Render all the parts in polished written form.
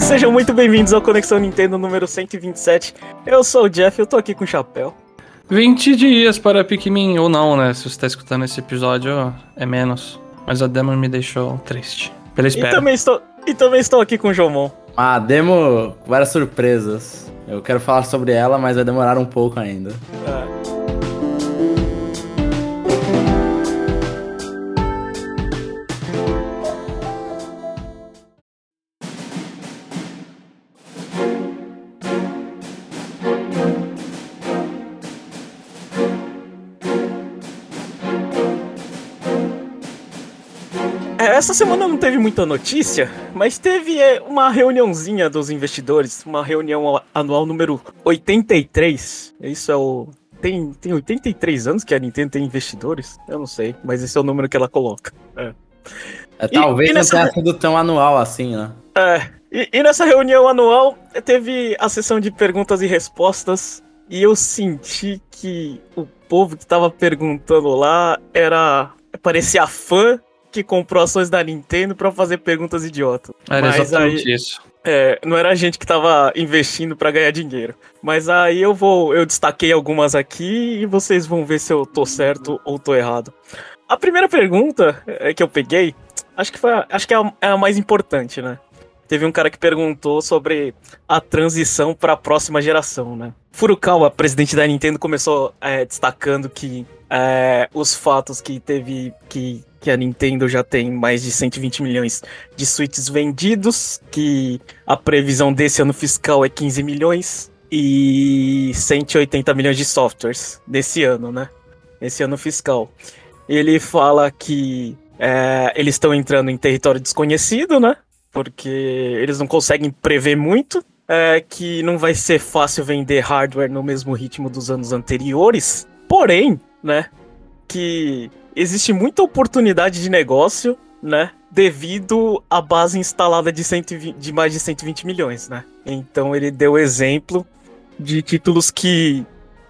Sejam muito bem-vindos ao Conexão Nintendo número 127. Eu sou o Jeff, eu tô aqui com o Chapéu. 20 dias para Pikmin, ou não, né? Se você tá escutando esse episódio, é menos. Mas a demo me deixou triste. Pela espera. E também estou aqui com o Jomon. A demo, várias surpresas. Eu quero falar sobre ela, mas vai demorar um pouco ainda. Essa semana não teve muita notícia, mas teve uma reuniãozinha dos investidores, uma reunião anual número 83. Isso é o... Tem 83 anos que a Nintendo tem investidores? Eu não sei, mas esse é o número que ela coloca. Talvez não tenha sido tão anual assim, né? E nessa reunião anual teve a sessão de perguntas e respostas, e eu senti que o povo que tava perguntando lá parecia fã que comprou ações da Nintendo pra fazer perguntas idiotas. Era exatamente isso. Não era a gente que tava investindo pra ganhar dinheiro. Mas aí eu destaquei algumas aqui e vocês vão ver se eu tô certo ou tô errado. A primeira pergunta que eu peguei, acho que é a mais importante, né? Teve um cara que perguntou sobre a transição para a próxima geração, né? Furukawa, presidente da Nintendo, começou destacando que os fatos que a Nintendo já tem mais de 120 milhões de Switches vendidos, que a previsão desse ano fiscal é 15 milhões e 180 milhões de softwares desse ano, né? Esse ano fiscal. Ele fala que eles estão entrando em território desconhecido, né? Porque eles não conseguem prever muito, que não vai ser fácil vender hardware no mesmo ritmo dos anos anteriores, porém, né, que existe muita oportunidade de negócio, né, devido à base instalada de mais de 120 milhões, né. Então ele deu exemplo de títulos que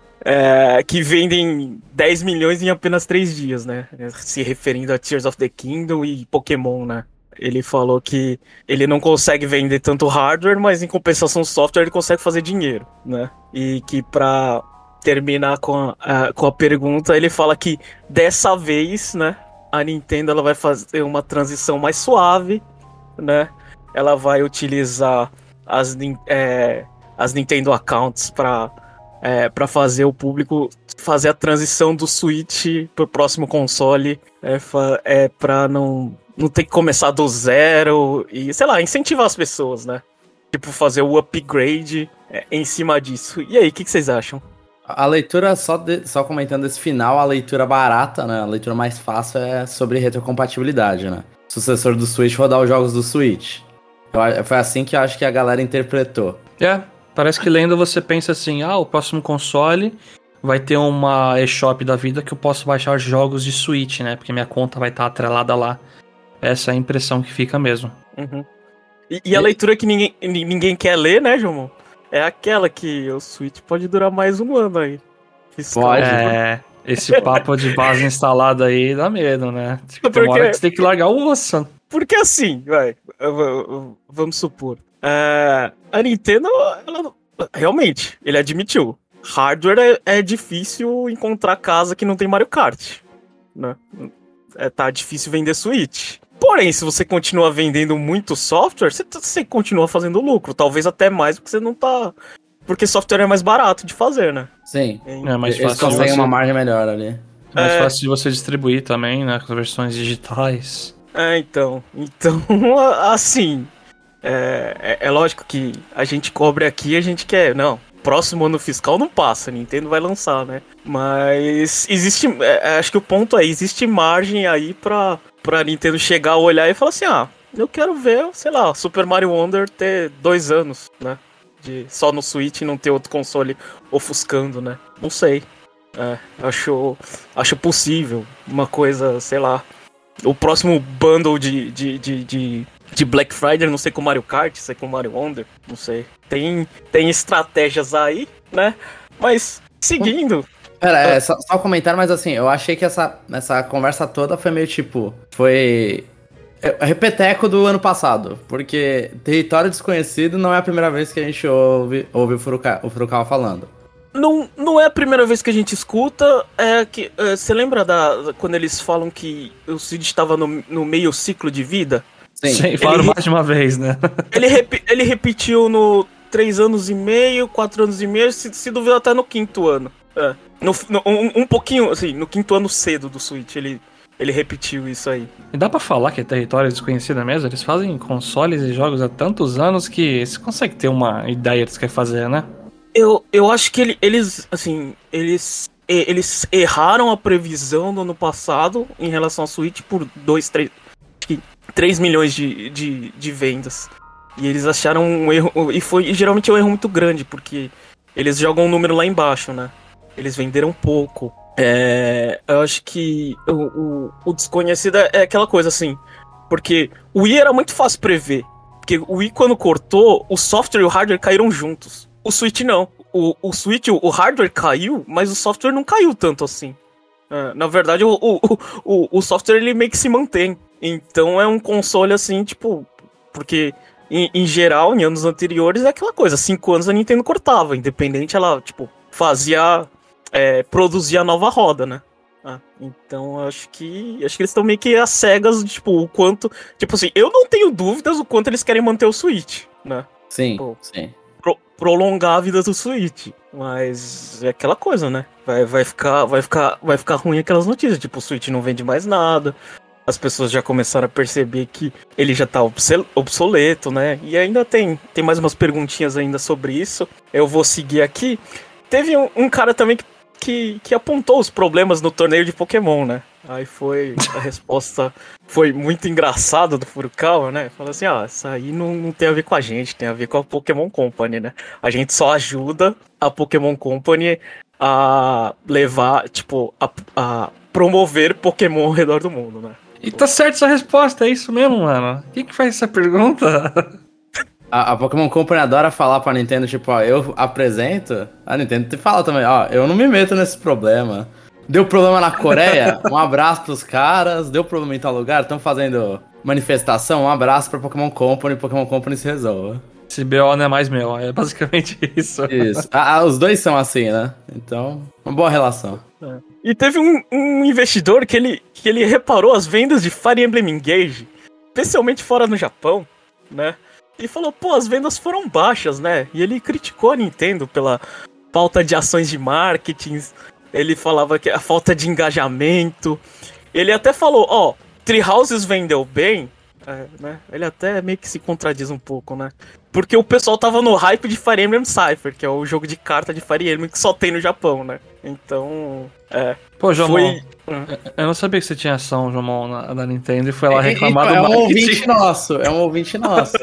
vendem 10 milhões em apenas 3 dias, né, se referindo a Tears of the Kingdom e Pokémon, né. Ele falou que ele não consegue vender tanto hardware, mas em compensação software ele consegue fazer dinheiro, né? E que pra terminar com a pergunta, ele fala que dessa vez, né, a Nintendo ela vai fazer uma transição mais suave, né? Ela vai utilizar as Nintendo Accounts pra fazer o público fazer a transição do Switch pro próximo console, pra não ter que começar do zero e, sei lá, incentivar as pessoas, né? Tipo, fazer o upgrade em cima disso. E aí, o que vocês acham? A leitura, só comentando esse final, a leitura barata, né? A leitura mais fácil é sobre retrocompatibilidade, né? Sucessor do Switch rodar os jogos do Switch. Foi assim que eu acho que a galera interpretou. Parece que lendo você pensa assim, o próximo console vai ter uma eShop da vida que eu posso baixar os jogos de Switch, né? Porque minha conta vai estar atrelada lá. Essa é a impressão que fica mesmo. Uhum. E a leitura que ninguém quer ler, né, João? É aquela que o Switch pode durar mais um ano aí. Pode. Esse papo de base instalada aí dá medo, né? Tipo, tem uma hora que você tem que largar o osso. Porque assim, vamos supor. A Nintendo, ela, realmente, ele admitiu. Hardware é difícil encontrar casa que não tem Mario Kart, né? Tá difícil vender Switch. Porém, se você continua vendendo muito software, você continua fazendo lucro. Talvez até mais, porque você não tá... Porque software é mais barato de fazer, né? Sim. É mais fácil. Eles conseguem uma margem melhor ali. É mais fácil de você distribuir também, né? Com as versões digitais. Então, assim... É lógico que a gente cobre aqui, a gente quer... Não, próximo ano fiscal não passa, a Nintendo vai lançar, né? Mas existe... acho que o ponto existe margem aí pra Nintendo chegar a olhar e falar assim, eu quero ver, sei lá, Super Mario Wonder ter 2 anos, né? Só no Switch e não ter outro console ofuscando, né? Não sei. Acho possível. Uma coisa, sei lá... O próximo bundle de Black Friday, não sei, com Mario Kart, sei com Mario Wonder, não sei. Tem estratégias aí, né? Mas, seguindo... Pera, só um comentário, mas assim, eu achei que essa conversa toda foi meio tipo... Foi É repeteco do ano passado, porque Território Desconhecido não é a primeira vez que a gente ouve o Furukawa falando. Não é a primeira vez que a gente escuta, você lembra quando eles falam que o Cid estava no meio ciclo de vida? Sim, falaram mais de uma vez, né? Ele repetiu no 3 anos e meio, 4 anos e meio, se duvidar até no 5º ano. Um pouquinho, assim, no 5º ano cedo do Switch, ele repetiu isso aí. E dá pra falar que é Território Desconhecido mesmo? Eles fazem consoles e jogos há tantos anos que você consegue ter uma ideia do que quer fazer, né? Eu acho que eles erraram a previsão do ano passado em relação ao Switch por 3 milhões de vendas. E eles acharam um erro, e geralmente é um erro muito grande, porque eles jogam um número lá embaixo, né? Eles venderam pouco. Eu acho que o Desconhecido é aquela coisa assim, porque o Wii era muito fácil prever, porque o Wii quando cortou, o software e o hardware caíram juntos. O Switch não. O Switch, o hardware caiu, mas o software não caiu tanto assim. Na verdade, o software ele meio que se mantém. Então é um console assim, tipo, porque em geral, em anos anteriores, é aquela coisa, 5 anos a Nintendo cortava, independente, ela, tipo, produzia a nova roda, né? Então acho que eles estão meio que às cegas, tipo, o quanto, tipo assim, eu não tenho dúvidas o quanto eles querem manter o Switch, né? Sim, sim. Prolongar a vida do Switch, mas é aquela coisa, né? Vai ficar ruim aquelas notícias, tipo, o Switch não vende mais nada. As pessoas já começaram a perceber que ele já tá obsoleto, né? E ainda tem mais umas perguntinhas ainda sobre isso. Eu vou seguir aqui. Teve um cara também que apontou os problemas no torneio de Pokémon, né? Aí a resposta foi muito engraçada do Furukawa, né? Falou assim, isso aí não tem a ver com a gente, tem a ver com a Pokémon Company, né? A gente só ajuda a Pokémon Company a levar, tipo, a promover Pokémon ao redor do mundo, né? E tá certo essa resposta, é isso mesmo, mano. Quem que faz essa pergunta? A Pokémon Company adora falar pra Nintendo, tipo, eu apresento, a Nintendo te fala também, eu não me meto nesse problema. Deu problema na Coreia, um abraço pros caras, deu problema em tal lugar, estão fazendo manifestação, um abraço pra Pokémon Company se resolva. Esse BO não é mais meu, é basicamente isso. Isso. Os dois são assim, né? Então, uma boa relação. E teve um investidor que ele reparou as vendas de Fire Emblem Engage, especialmente fora no Japão, né? E falou, as vendas foram baixas, né? E ele criticou a Nintendo pela falta de ações de marketing. Ele falava que a falta de engajamento. Ele até falou, Three Houses vendeu bem, né? Ele até meio que se contradiz um pouco, né? Porque o pessoal tava no hype de Fire Emblem Cypher, que é o jogo de carta de Fire Emblem que só tem no Japão, né? Então, Pô, Jomon, eu não sabia que você tinha ação, Jomon, da Nintendo e foi lá reclamar do marketing. É um ouvinte nosso.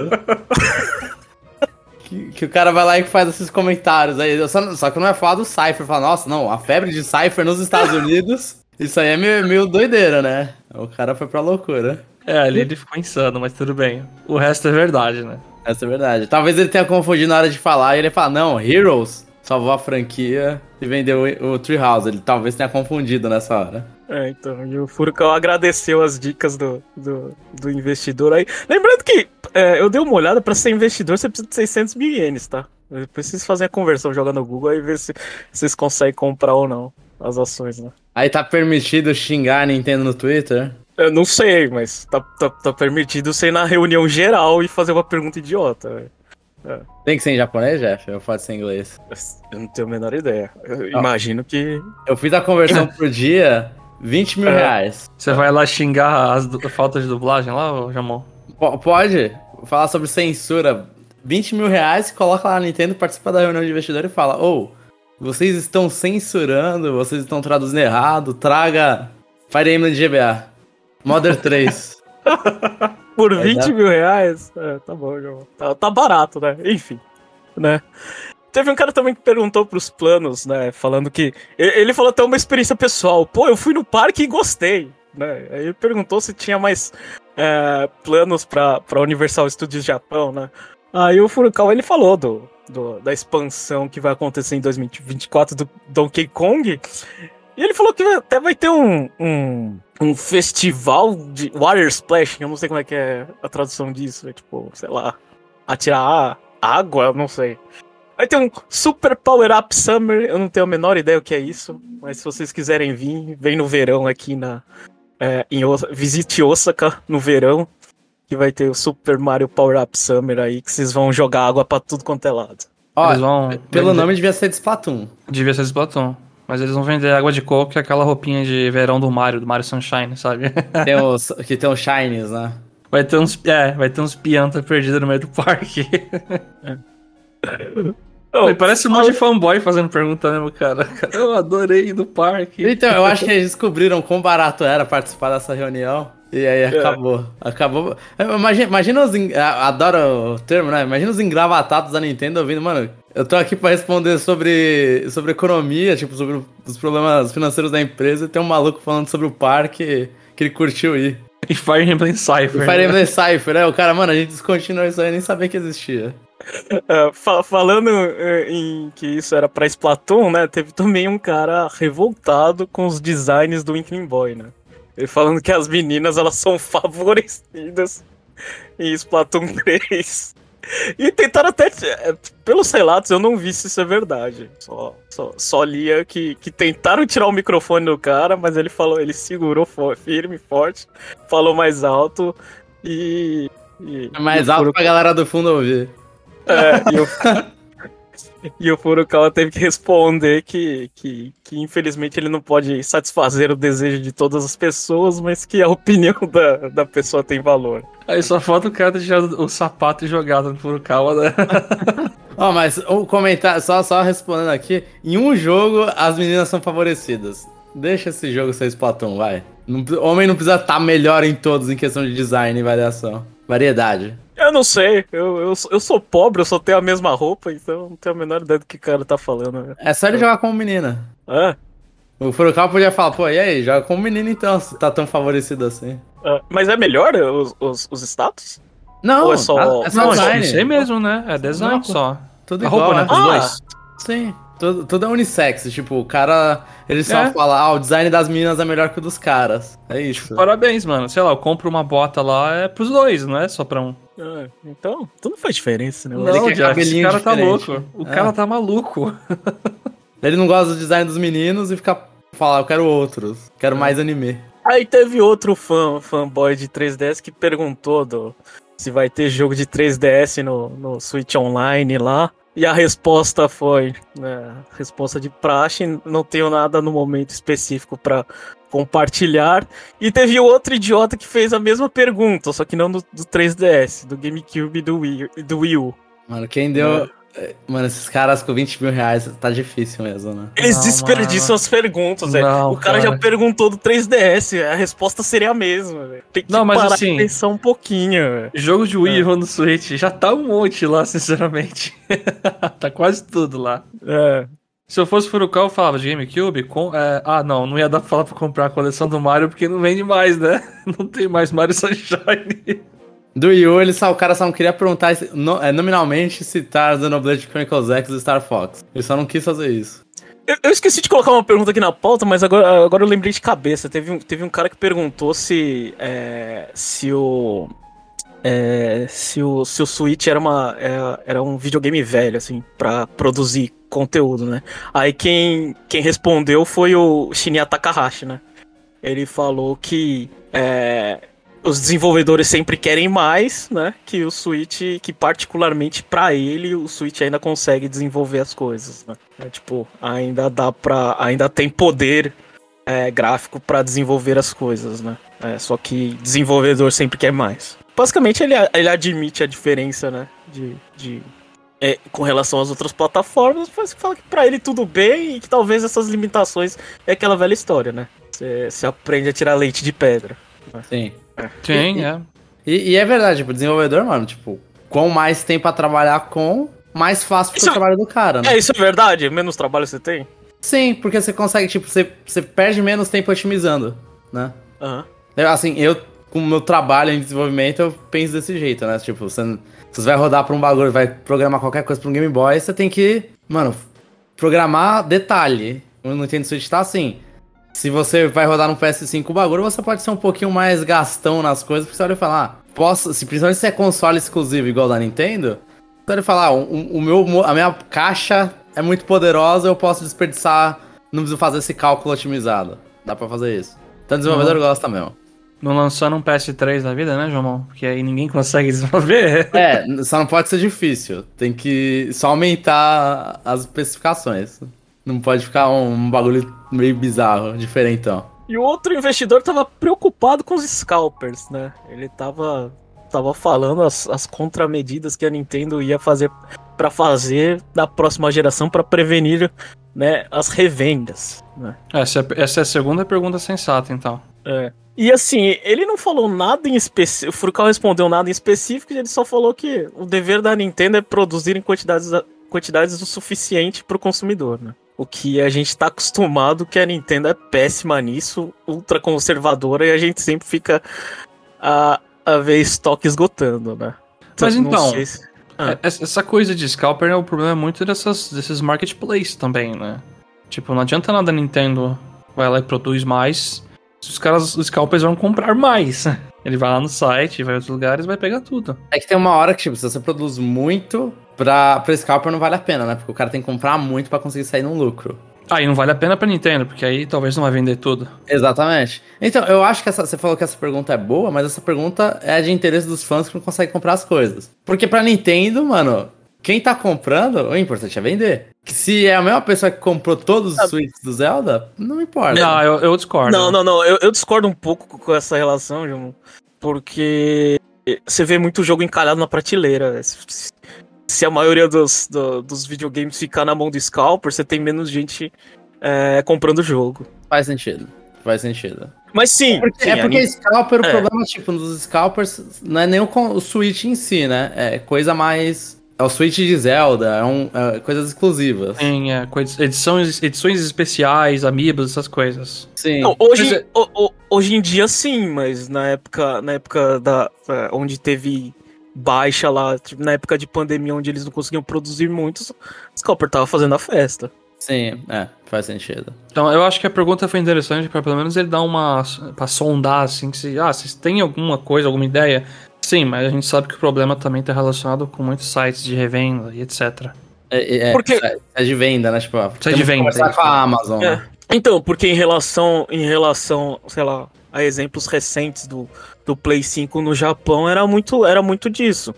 que o cara vai lá e faz esses comentários aí. Só que não é falar do Cypher. Fala, nossa, não, a febre de Cypher nos Estados Unidos, isso aí é meio doideira, né? O cara foi pra loucura. Ali ele ficou insano, mas tudo bem. O resto é verdade, né? Essa é verdade. Talvez ele tenha confundido na hora de falar e ele fala, não, Heroes salvou a franquia e vendeu o Treehouse. Ele talvez tenha confundido nessa hora. Então, e o Furukawa agradeceu as dicas do investidor aí. Lembrando que eu dei uma olhada, pra ser investidor você precisa de 600 mil ienes, tá? Depois vocês fazem a conversão, joga no Google aí ver se vocês conseguem comprar ou não as ações, né? Aí tá permitido xingar a Nintendo no Twitter? Eu não sei, mas tá permitido você ir na reunião geral e fazer uma pergunta idiota. Tem que ser em japonês, Jeff? Ou pode ser em inglês? Eu não tenho a menor ideia. Eu imagino que... Eu fiz a conversão por dia, 20 mil reais. Você vai lá xingar a falta de dublagem lá, Jamon? Pode falar sobre censura. 20 mil reais, coloca lá na Nintendo, participa da reunião de investidor e fala, vocês estão censurando, vocês estão traduzindo errado, traga Fire Emblem de GBA. Modern 3. Por 20 mil reais? Tá bom, João. Tá barato, né? Enfim, né? Teve um cara também que perguntou pros planos, né? Falando que... Ele falou até uma experiência pessoal. Eu fui no parque e gostei, né? Aí ele perguntou se tinha mais planos pra Universal Studios Japão, né? Aí o Furukawa, ele falou da expansão que vai acontecer em 2024 do Donkey Kong. E ele falou que até vai ter um festival de Water Splash, eu não sei como é que é a tradução disso, é tipo, sei lá, atirar água, eu não sei. Vai ter um Super Power Up Summer, eu não tenho a menor ideia o que é isso, mas se vocês quiserem vir, vem no verão aqui visite Osaka no verão, que vai ter o Super Mario Power Up Summer aí, que vocês vão jogar água pra tudo quanto é lado. Ó, pelo nome devia ser de Splatoon. Devia ser de Splatoon. Mas eles vão vender água de coco, que é aquela roupinha de verão do Mario Sunshine, sabe? Que tem os Shinies, né? Vai ter uns pianta perdidos no meio do parque. Parece um monte de fanboy fazendo pergunta mesmo, cara. Eu adorei ir no parque. Então, eu acho que eles descobriram quão barato era participar dessa reunião. E aí acabou. Imagina adoro o termo, né? Imagina os engravatados da Nintendo ouvindo, mano. Eu tô aqui pra responder sobre economia, tipo, sobre os problemas financeiros da empresa. E tem um maluco falando sobre o parque que ele curtiu ir. E Fire Emblem Cypher. Fire Emblem Cypher, né? O cara, mano, a gente descontinuou isso aí, nem sabia que existia. Falando em que isso era pra Splatoon, né? Teve também um cara revoltado com os designs do Inkling Boy, né? Ele falando que as meninas, elas são favorecidas em Splatoon 3. E tentaram até... Pelos relatos, eu não vi se isso é verdade. Só lia que tentaram tirar o microfone do cara, mas ele falou, ele segurou firme, forte, falou mais alto e mais alto pra galera do fundo ouvir. E o Furukawa teve que responder que infelizmente ele não pode satisfazer o desejo de todas as pessoas, mas que a opinião da pessoa tem valor. Aí só falta o cara ter tirado o sapato e jogado no Furukawa, né? Mas o comentário, só respondendo aqui, em um jogo as meninas são favorecidas. Deixa esse jogo ser Splatoon, vai. Homem não precisa estar melhor em todos em questão de design e variedade. Eu não sei, eu sou pobre, eu só tenho a mesma roupa, então não tenho a menor ideia do que o cara tá falando. Né? É só ele jogar como menina. O Furukawa podia falar, pô, e aí, joga como menina então, se tá tão favorecido assim. Mas é melhor os status? Não, é só design. Isso aí mesmo, né? É design só. Tudo a igual, roupa, né? Dos dois. Sim, tudo é unissex, tipo, o cara, ele só fala, o design das meninas é melhor que o dos caras. É isso. Parabéns, mano. Sei lá, eu compro uma bota lá, é pros dois, não é só pra um. Então, não faz diferença, né? Não, esse cara tá diferente. louco. O cara tá maluco. Ele não gosta do design dos meninos e fica falando, eu quero outros, quero mais anime. Aí teve outro fanboy de 3DS que perguntou se vai ter jogo de 3DS no Switch Online lá. E a resposta foi, resposta de praxe, não tenho nada no momento específico pra compartilhar. E teve outro idiota que fez a mesma pergunta, só que não do 3DS, do GameCube e do Wii U. Mano, quem deu... Mano, esses caras com 20 mil reais tá difícil mesmo, né? Eles desperdiçam as perguntas, velho. O cara já perguntou do 3DS, a resposta seria a mesma, velho. Tem que parar assim, e pensar um pouquinho, velho. Jogo de Wii U no Switch, já tá um monte lá, sinceramente. Tá quase tudo lá. Se eu fosse Furukawa, eu falava de GameCube, não ia dar pra falar pra comprar a coleção do Mario, porque não vende mais, né? Não tem mais Mario Sunshine. Do Wii U, o cara só não queria perguntar nominalmente se tá Xenoblade Chronicles X e Star Fox. Ele só não quis fazer isso. Eu esqueci de colocar uma pergunta aqui na pauta, mas agora eu lembrei de cabeça. Teve um cara que perguntou se o Switch era um videogame velho, assim, pra produzir conteúdo, né? Aí quem respondeu foi o Shinya Takahashi, né? Ele falou que os desenvolvedores sempre querem mais, né? Que o Switch, que particularmente pra ele, o Switch ainda consegue desenvolver as coisas, né? Tipo, ainda tem poder gráfico pra desenvolver as coisas, né? Só que desenvolvedor sempre quer mais. Basicamente, ele admite a diferença, né? Com relação às outras plataformas, mas fala que pra ele tudo bem e que talvez essas limitações é aquela velha história, né? Você aprende a tirar leite de pedra. Sim. Sim, E é verdade, tipo, o desenvolvedor, mano, tipo, quanto mais tem pra trabalhar mais fácil fica o trabalho do cara, né? Isso é verdade? Menos trabalho você tem? Sim, porque você consegue, tipo, você perde menos tempo otimizando, né? Eu, com o meu trabalho em desenvolvimento, eu penso desse jeito, né? Tipo, você vai rodar pra um bagulho, vai programar qualquer coisa pra um Game Boy, você tem que, mano, programar detalhe. O Nintendo Switch tá assim. se você vai rodar no PS5 o bagulho, você pode ser um pouquinho mais gastão nas coisas, porque você olha e fala, principalmente se é console exclusivo igual da Nintendo, você olha e fala, a minha caixa é muito poderosa, eu posso desperdiçar, não preciso fazer esse cálculo otimizado. Dá pra fazer isso. Então o desenvolvedor gosta mesmo. Não lançando um PS3 na vida, né, João? Porque aí ninguém consegue desenvolver. Só não pode ser difícil. Tem que só aumentar as especificações. Não pode ficar um bagulho meio bizarro, diferentão. E o outro investidor tava preocupado com os scalpers, né? Ele tava falando as contramedidas que a Nintendo ia fazer pra fazer da próxima geração pra prevenir, né, as revendas, né? Essa é a segunda pergunta sensata, então. E assim, ele não falou nada em específico, o Furukawa respondeu nada em específico, ele só falou que o dever da Nintendo é produzir em quantidades o suficiente pro consumidor, né? O que a gente tá acostumado que a Nintendo é péssima nisso, ultra conservadora, e a gente sempre fica a ver estoque esgotando, né? Mas então, essa coisa de scalper é o problema muito desses marketplaces também, né? Tipo, não adianta nada a Nintendo vai lá e produz mais, se os scalpers vão comprar mais. Ele vai lá no site, vai em outros lugares e vai pegar tudo. É que tem uma hora que, tipo, se você produz muito, pra scalper não vale a pena, né? Porque o cara tem que comprar muito pra conseguir sair num lucro. E não vale a pena pra Nintendo, porque aí talvez não vai vender tudo. Exatamente. Então, eu acho que você falou que essa pergunta é boa, mas essa pergunta é de interesse dos fãs que não conseguem comprar as coisas. Porque pra Nintendo, mano, quem tá comprando, o importante é vender. Que se é a mesma pessoa que comprou todos os Switches do Zelda, não importa. Não, eu discordo. Não, eu discordo um pouco com essa relação, João, porque você vê muito jogo encalhado na prateleira. Se a maioria dos videogames ficar na mão do scalper, você tem menos gente comprando o jogo. Faz sentido. Mas sim. Porque scalper, o problema, tipo, nos scalpers, não é nem o Switch em si, né? É coisa mais... É o Switch de Zelda, coisas exclusivas. Sim, edições especiais, amiibos, essas coisas. Sim. Não, hoje em dia sim, mas na época onde teve baixa lá, tipo, na época de pandemia, onde eles não conseguiam produzir muitos, o scalper tava fazendo a festa. Sim, faz sentido. Então, eu acho que a pergunta foi interessante pra pelo menos ele dar pra sondar, assim, se vocês têm alguma coisa, alguma ideia? Sim, mas a gente sabe que o problema também tá relacionado com muitos sites de revenda e etc. Porque é de venda, né? Tipo, de venda. Conversar com a Amazon. Né? Então, porque em relação, sei lá, a exemplos recentes do Play 5 no Japão, era muito disso.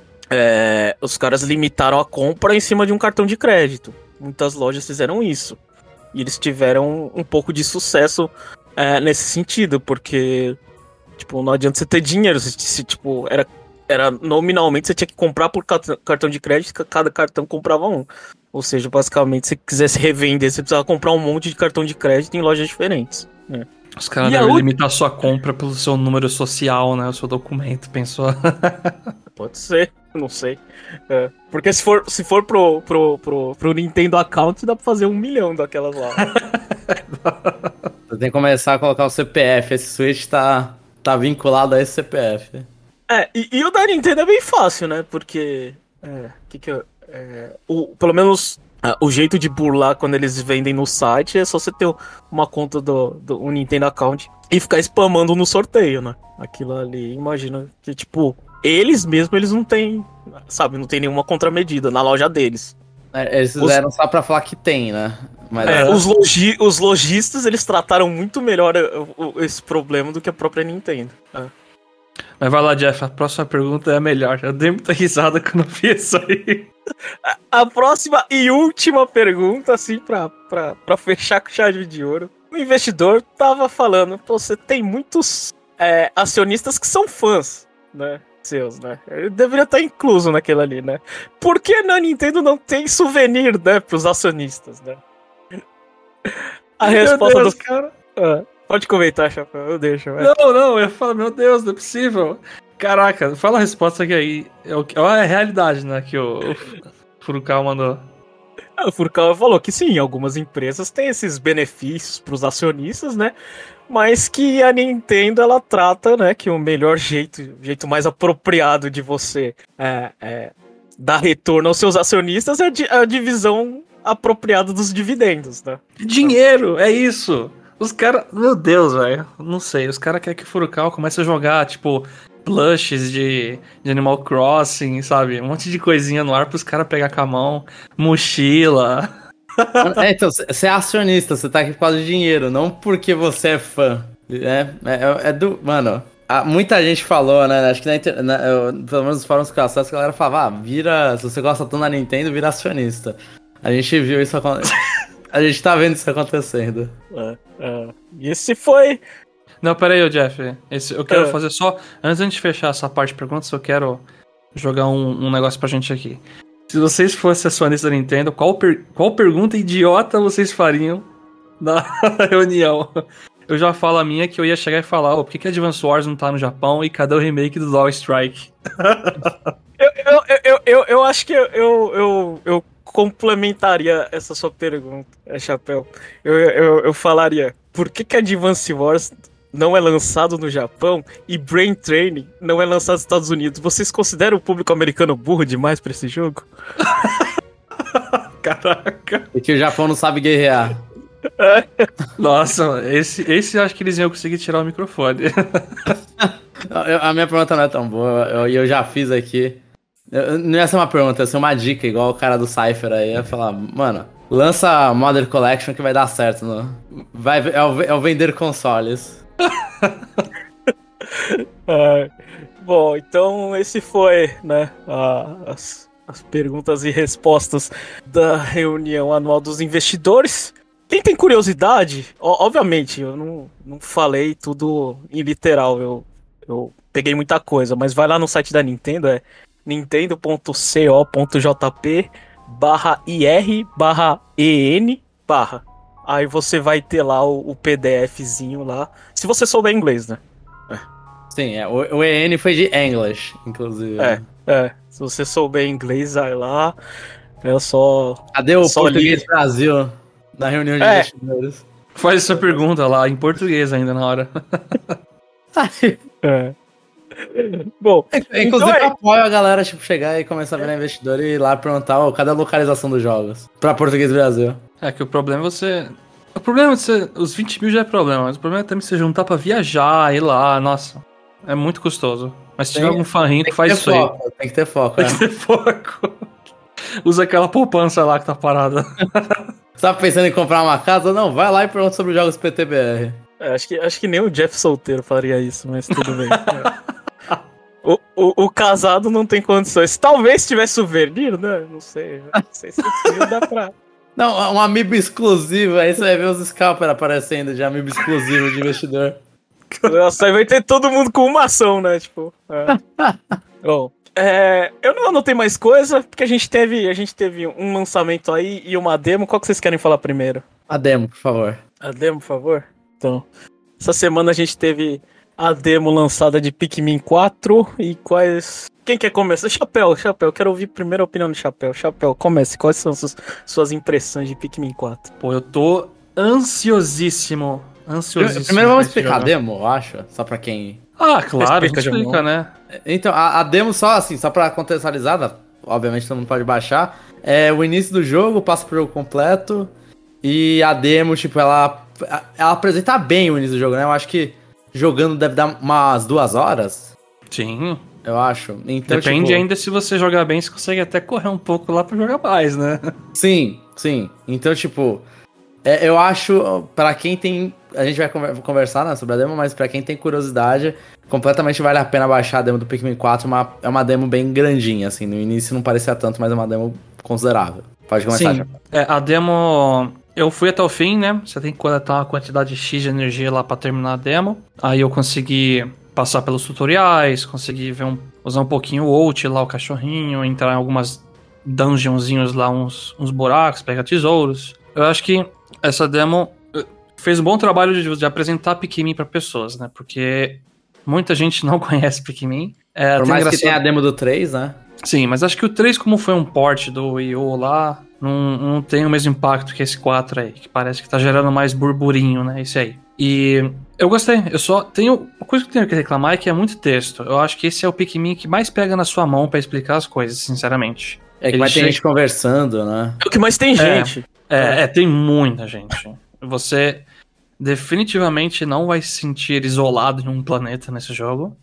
Os caras limitaram a compra em cima de um cartão de crédito. Muitas lojas fizeram isso. E eles tiveram um pouco de sucesso nesse sentido, porque tipo, não adianta você ter dinheiro. Se tipo, era nominalmente você tinha que comprar por cartão de crédito, cada cartão comprava um. Ou seja, basicamente, se você quisesse revender, você precisava comprar um monte de cartão de crédito em lojas diferentes. Os caras devem limitar sua compra pelo seu número social, né? O seu documento, pensou? Pode ser, não sei. Porque se for pro Nintendo Account, dá pra fazer 1 milhão daquelas lá. Você tem que começar a colocar o CPF. Esse Switch tá vinculado a esse CPF. E o da Nintendo é bem fácil, né? Porque... pelo menos... o jeito de burlar quando eles vendem no site é só você ter uma conta do Nintendo Account e ficar spamando no sorteio, né? Aquilo ali, imagina que, tipo, eles não têm, sabe, não tem nenhuma contramedida na loja deles. Eles fizeram só pra falar que tem, né? Mas os lojistas, eles trataram muito melhor esse problema do que a própria Nintendo. Mas vai lá, Jeff, a próxima pergunta é a melhor. Eu dei muita risada quando eu vi isso aí. A próxima e última pergunta, assim, pra fechar com chave de ouro. O investidor tava falando, você tem muitos acionistas que são fãs, né? Seus, né? Ele deveria estar incluso naquele ali, né? Por que na Nintendo não tem souvenir, né, pros acionistas, né? A resposta do cara... Pode comentar, Chapéu, eu deixo. Não, eu falo, meu Deus, não é possível. Caraca, fala a resposta que aí. É a realidade, né, que o Furukawa mandou. O Furukawa falou que sim, algumas empresas têm esses benefícios pros acionistas, né? Mas que a Nintendo, ela trata, né, que o melhor jeito mais apropriado de você dar retorno aos seus acionistas é a divisão apropriada dos dividendos, né? Dinheiro, é isso! Os caras, meu Deus, velho, não sei, os caras querem que o Furukawa comece a jogar, tipo, plushes de Animal Crossing, sabe? Um monte de coisinha no ar pros caras pegar com a mão, mochila. Então, você é acionista, você tá aqui por causa de dinheiro, não porque você é fã. É do... Mano, muita gente falou, né? Acho que pelo menos nos fóruns que eu acesso, a galera falava, se você gosta tanto da Nintendo, vira acionista. A gente viu isso acontecer. A gente tá vendo isso acontecendo. E esse foi... Não, pera aí, Jeff. Eu quero fazer só... Antes da gente fechar essa parte de perguntas, eu quero jogar um negócio pra gente aqui. Se vocês fossem acionistas da Nintendo, qual pergunta idiota vocês fariam na reunião? Eu já falo a minha que eu ia chegar e falar, por que Advance Wars não tá no Japão e cadê o remake do Dual Strike? Eu acho que eu complementaria essa sua pergunta, Chapéu. Eu falaria, por que Advance Wars não é lançado no Japão e Brain Training não é lançado nos Estados Unidos? Vocês consideram o público americano burro demais pra esse jogo? Caraca. E que o Japão não sabe guerrear. Nossa, esse eu acho que eles iam conseguir tirar o microfone. A minha pergunta não é tão boa, eu já fiz aqui. Não ia ser uma pergunta, ia ser uma dica, igual o cara do Cypher aí. Ia falar, mano, lança Modern Collection que vai dar certo. É o vender consoles. Bom, então esse foi, né, as perguntas e respostas da reunião anual dos investidores. Quem tem curiosidade, obviamente, eu não falei tudo em literal, eu peguei muita coisa, mas vai lá no site da Nintendo, é nintendo.co.jp/ir/en/. Aí você vai ter lá o PDFzinho lá, se você souber inglês, né? Sim, o EN foi de English, inclusive. Se você souber inglês, vai lá, é só... Cadê o português Brasil na reunião de investidores? Faz essa pergunta lá, em português ainda na hora. Bom, inclusive eu apoio a galera chegar e começar a virar investidor e ir lá perguntar cadê a localização dos jogos pra Português Brasil. É que o problema é você... O problema é você... Os 20 mil já é problema, mas o problema é também você juntar pra viajar, ir lá, nossa... É muito custoso. Mas se tiver algum fã rico, faz isso aí. Tem que ter foco, Tem que ter foco. Usa aquela poupança lá que tá parada. Você tá pensando em comprar uma casa? Não, vai lá e pergunta sobre os jogos PTBR. Acho que nem o Jeff solteiro faria isso, mas tudo bem. O casado não tem condições. Talvez se tivesse souvenir, né? Não sei se dá pra... Não, um amiibo exclusivo. Aí você vai ver os scalper aparecendo de amiibo exclusivo de investidor. Nossa, aí vai ter todo mundo com uma ação, né? Tipo. Bom, eu não anotei mais coisa, porque a gente teve um lançamento aí e uma demo. Qual que vocês querem falar primeiro? A demo, por favor. A demo, por favor? Então, essa semana a gente teve a demo lançada de Pikmin 4 e quais... Quem quer começar? Chapéu, quero ouvir primeiro a opinião do Chapéu. Chapéu, comece. Quais são suas impressões de Pikmin 4? Pô, eu tô ansiosíssimo. Primeiro vamos explicar a demo, eu acho, só pra quem... Ah, claro, explica, né? Então, a demo só pra contextualizar, obviamente todo mundo pode baixar, é o início do jogo, passa pro jogo completo, e a demo, tipo, ela apresenta bem o início do jogo, né? Eu acho que jogando deve dar umas 2 horas. Sim. Eu acho. Então, depende ainda se você jogar bem, você consegue até correr um pouco lá pra jogar mais, né? Sim. Então, tipo... eu acho, pra quem tem... A gente vai conversar, né, sobre a demo, mas pra quem tem curiosidade, completamente vale a pena baixar a demo do Pikmin 4. É uma demo bem grandinha, assim. No início não parecia tanto, mas é uma demo considerável. Pode começar, Sim, a demo... Eu fui até o fim, né? Você tem que coletar uma quantidade X de energia lá pra terminar a demo. Aí eu consegui passar pelos tutoriais, consegui usar um pouquinho o ult lá, o cachorrinho, entrar em algumas dungeonzinhos lá, uns buracos, pegar tesouros. Eu acho que essa demo fez um bom trabalho de apresentar Pikmin pra pessoas, né? Porque muita gente não conhece Pikmin. Por mais que tenha a demo do 3, né? Sim, mas acho que o 3, como foi um port do Wii U lá, não tem o mesmo impacto que esse 4 aí, que parece que tá gerando mais burburinho, né? Esse aí. E eu gostei, eu só tenho... Uma coisa que eu tenho que reclamar é que é muito texto. Eu acho que esse é o Pikmin que mais pega na sua mão pra explicar as coisas, sinceramente. É que vai ter gente conversando, né? É o que mais tem gente. Tem muita gente. definitivamente não vai se sentir isolado em um planeta nesse jogo.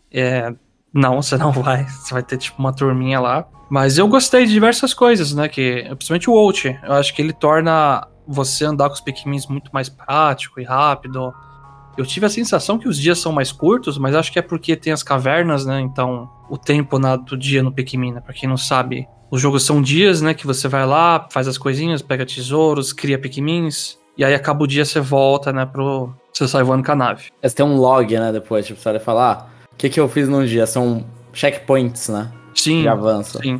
Não, você não vai. Você vai ter, tipo, uma turminha lá. Mas eu gostei de diversas coisas, né? Principalmente o ult. Eu acho que ele torna você andar com os Pikmins muito mais prático e rápido. Eu tive a sensação que os dias são mais curtos, mas acho que é porque tem as cavernas, né? Então, o tempo do dia no Pikmin, né? Pra quem não sabe, os jogos são dias, né? Que você vai lá, faz as coisinhas, pega tesouros, cria Pikmins. E aí acaba o dia, você volta, né? Você sai voando com a nave. Você tem um log, né? Depois, tipo, você vai falar, o que eu fiz num dia? São checkpoints, né? Sim, de avanço. Sim.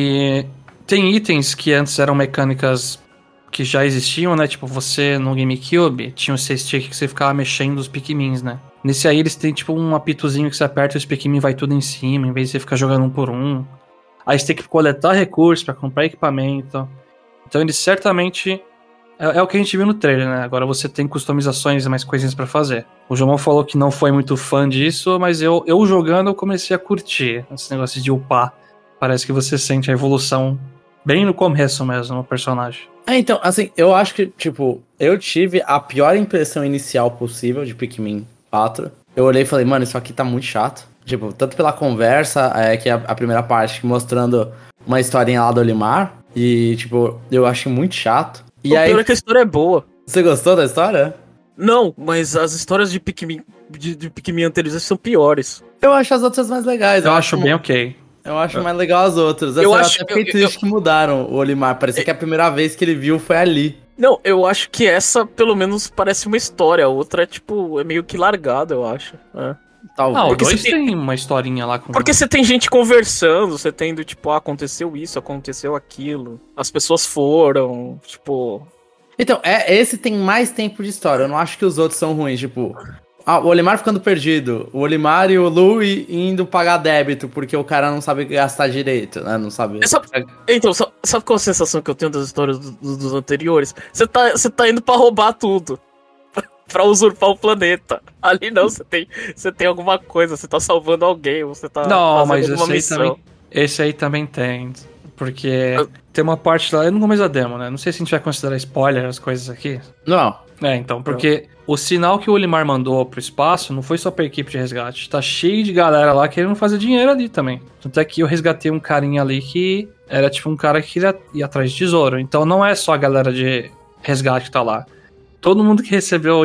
E tem itens que antes eram mecânicas que já existiam, né? Tipo, você no GameCube tinha o C-Stick que você ficava mexendo os Pikmins, né? Nesse aí eles têm tipo um apitozinho que você aperta e os Pikmin vai tudo em cima, em vez de você ficar jogando um por um. Aí você tem que coletar recursos pra comprar equipamento. Então eles certamente... É o que a gente viu no trailer, né? Agora você tem customizações e mais coisinhas pra fazer. O João falou que não foi muito fã disso, mas eu jogando eu comecei a curtir esse negócio de upar. Parece que você sente a evolução bem no começo mesmo no personagem. Então, assim, eu acho que, tipo, eu tive a pior impressão inicial possível de Pikmin 4. Eu olhei e falei, mano, isso aqui tá muito chato. Tipo, tanto pela conversa, que é a primeira parte, mostrando uma historinha lá do Olimar. E, tipo, eu achei muito chato. E o pior é que a história é boa. Você gostou da história? Não, mas as histórias de Pikmin, de Pikmin anteriores são piores. Eu acho as outras mais legais. Eu acho bem ok. Eu acho mais legal as outras. Eu acho até fiquei triste que mudaram o Olimar. Parecia que a primeira vez que ele viu foi ali. Não, eu acho que essa, pelo menos, parece uma história. A outra é, tipo, é meio que largada, eu acho. Não, o 2 tem uma historinha lá. Porque você tem gente conversando, você tem do tipo, aconteceu isso, aconteceu aquilo. As pessoas foram, tipo... Então, esse tem mais tempo de história. Eu não acho que os outros são ruins, tipo... o Olimar ficando perdido. O Olimar e o Lu indo pagar débito, porque o cara não sabe gastar direito, né? Não sabe... Então, sabe qual a sensação que eu tenho das histórias dos anteriores? Você tá indo pra roubar tudo. Pra usurpar o planeta. Ali não, você tem alguma coisa, você tá salvando alguém, você tá fazendo alguma missão. Esse aí também tem. Porque tem uma parte lá, no começo da demo, né? Não sei se a gente vai considerar spoiler as coisas aqui. Não. Então, porque o sinal que o Olimar mandou pro espaço não foi só pra equipe de resgate. Tá cheio de galera lá querendo fazer dinheiro ali também. Tanto é que eu resgatei um carinha ali que era tipo um cara que queria ir atrás de tesouro. Então não é só a galera de resgate que tá lá. Todo mundo que recebeu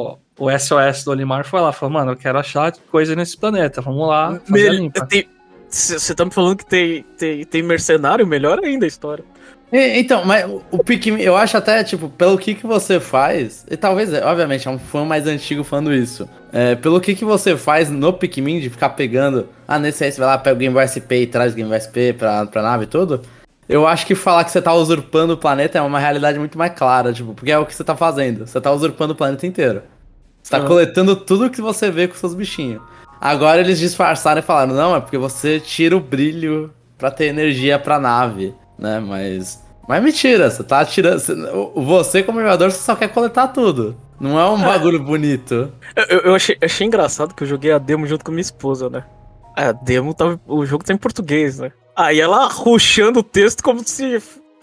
o SOS do Olimar foi lá, falou, mano, eu quero achar coisa nesse planeta, vamos lá fazer a limpa. Você tá me falando que tem mercenário? Melhor ainda a história. Então, mas o Pikmin, eu acho até, tipo, pelo que você faz, e talvez, obviamente, é um fã mais antigo falando isso, pelo que você faz no Pikmin, de ficar pegando, nesse aí você vai lá, pega o Game Boy SP e traz o Game Boy SP pra nave e tudo, eu acho que falar que você tá usurpando o planeta é uma realidade muito mais clara, tipo, porque é o que você tá fazendo. Você tá usurpando o planeta inteiro. Você tá coletando tudo que você vê com seus bichinhos. Agora eles disfarçaram e falaram, não, é porque você tira o brilho pra ter energia pra nave, né? Mas mentira, você tá tirando... Você como jogador, você só quer coletar tudo. Não é um bagulho bonito. Eu achei engraçado que eu joguei a demo junto com minha esposa, né? A demo o jogo tá em português, né? Aí ela rushando o texto como se...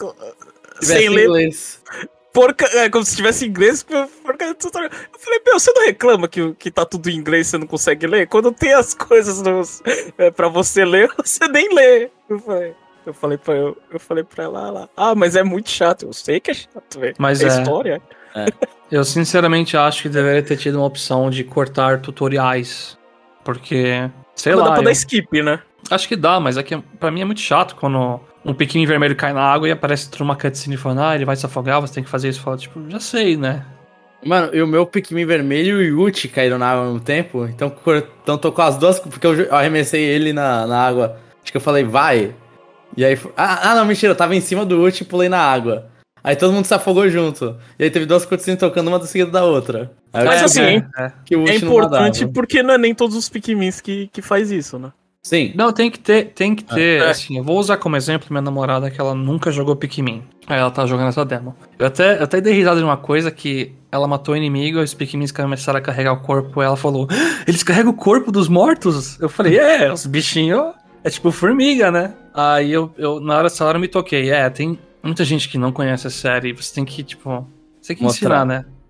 sem ler. Inglês. Como se tivesse inglês. Eu falei, você não reclama que tá tudo em inglês e você não consegue ler? Quando tem as coisas pra você ler, você nem lê. Eu falei pra ela, mas é muito chato. Eu sei que é chato, velho. Mas é história. Eu sinceramente acho que deveria ter tido uma opção de cortar tutoriais. Porque, sei lá... Dá pra dar skip, né? Acho que dá, mas é que pra mim é muito chato quando um Pikmin vermelho cai na água e aparece uma cutscene falando, ele vai se afogar, você tem que fazer isso. Fala, tipo, já sei, né? Mano, e o meu Pikmin vermelho e o Uchi caíram na água ao mesmo tempo, então tô com as duas, porque eu arremessei ele na água. Acho que eu falei, vai. E aí... não, mentira, eu tava em cima do Uchi e pulei na água. Aí todo mundo se afogou junto. E aí teve duas cutscenes tocando uma do seguida da outra. Mas assim, é importante porque não é nem todos os Pikmins que faz isso, né? Sim. Não, tem que ter, assim, eu vou usar como exemplo minha namorada que ela nunca jogou Pikmin. Aí ela tá jogando essa demo. Eu até dei risada de uma coisa que ela matou o inimigo, os Pikmins começaram a carregar o corpo, ela falou, eles carregam o corpo dos mortos? Eu falei, os bichinhos é tipo formiga, né? Aí eu essa hora eu me toquei, tem muita gente que não conhece a série, você tem que, tipo, você tem que ensinar, né?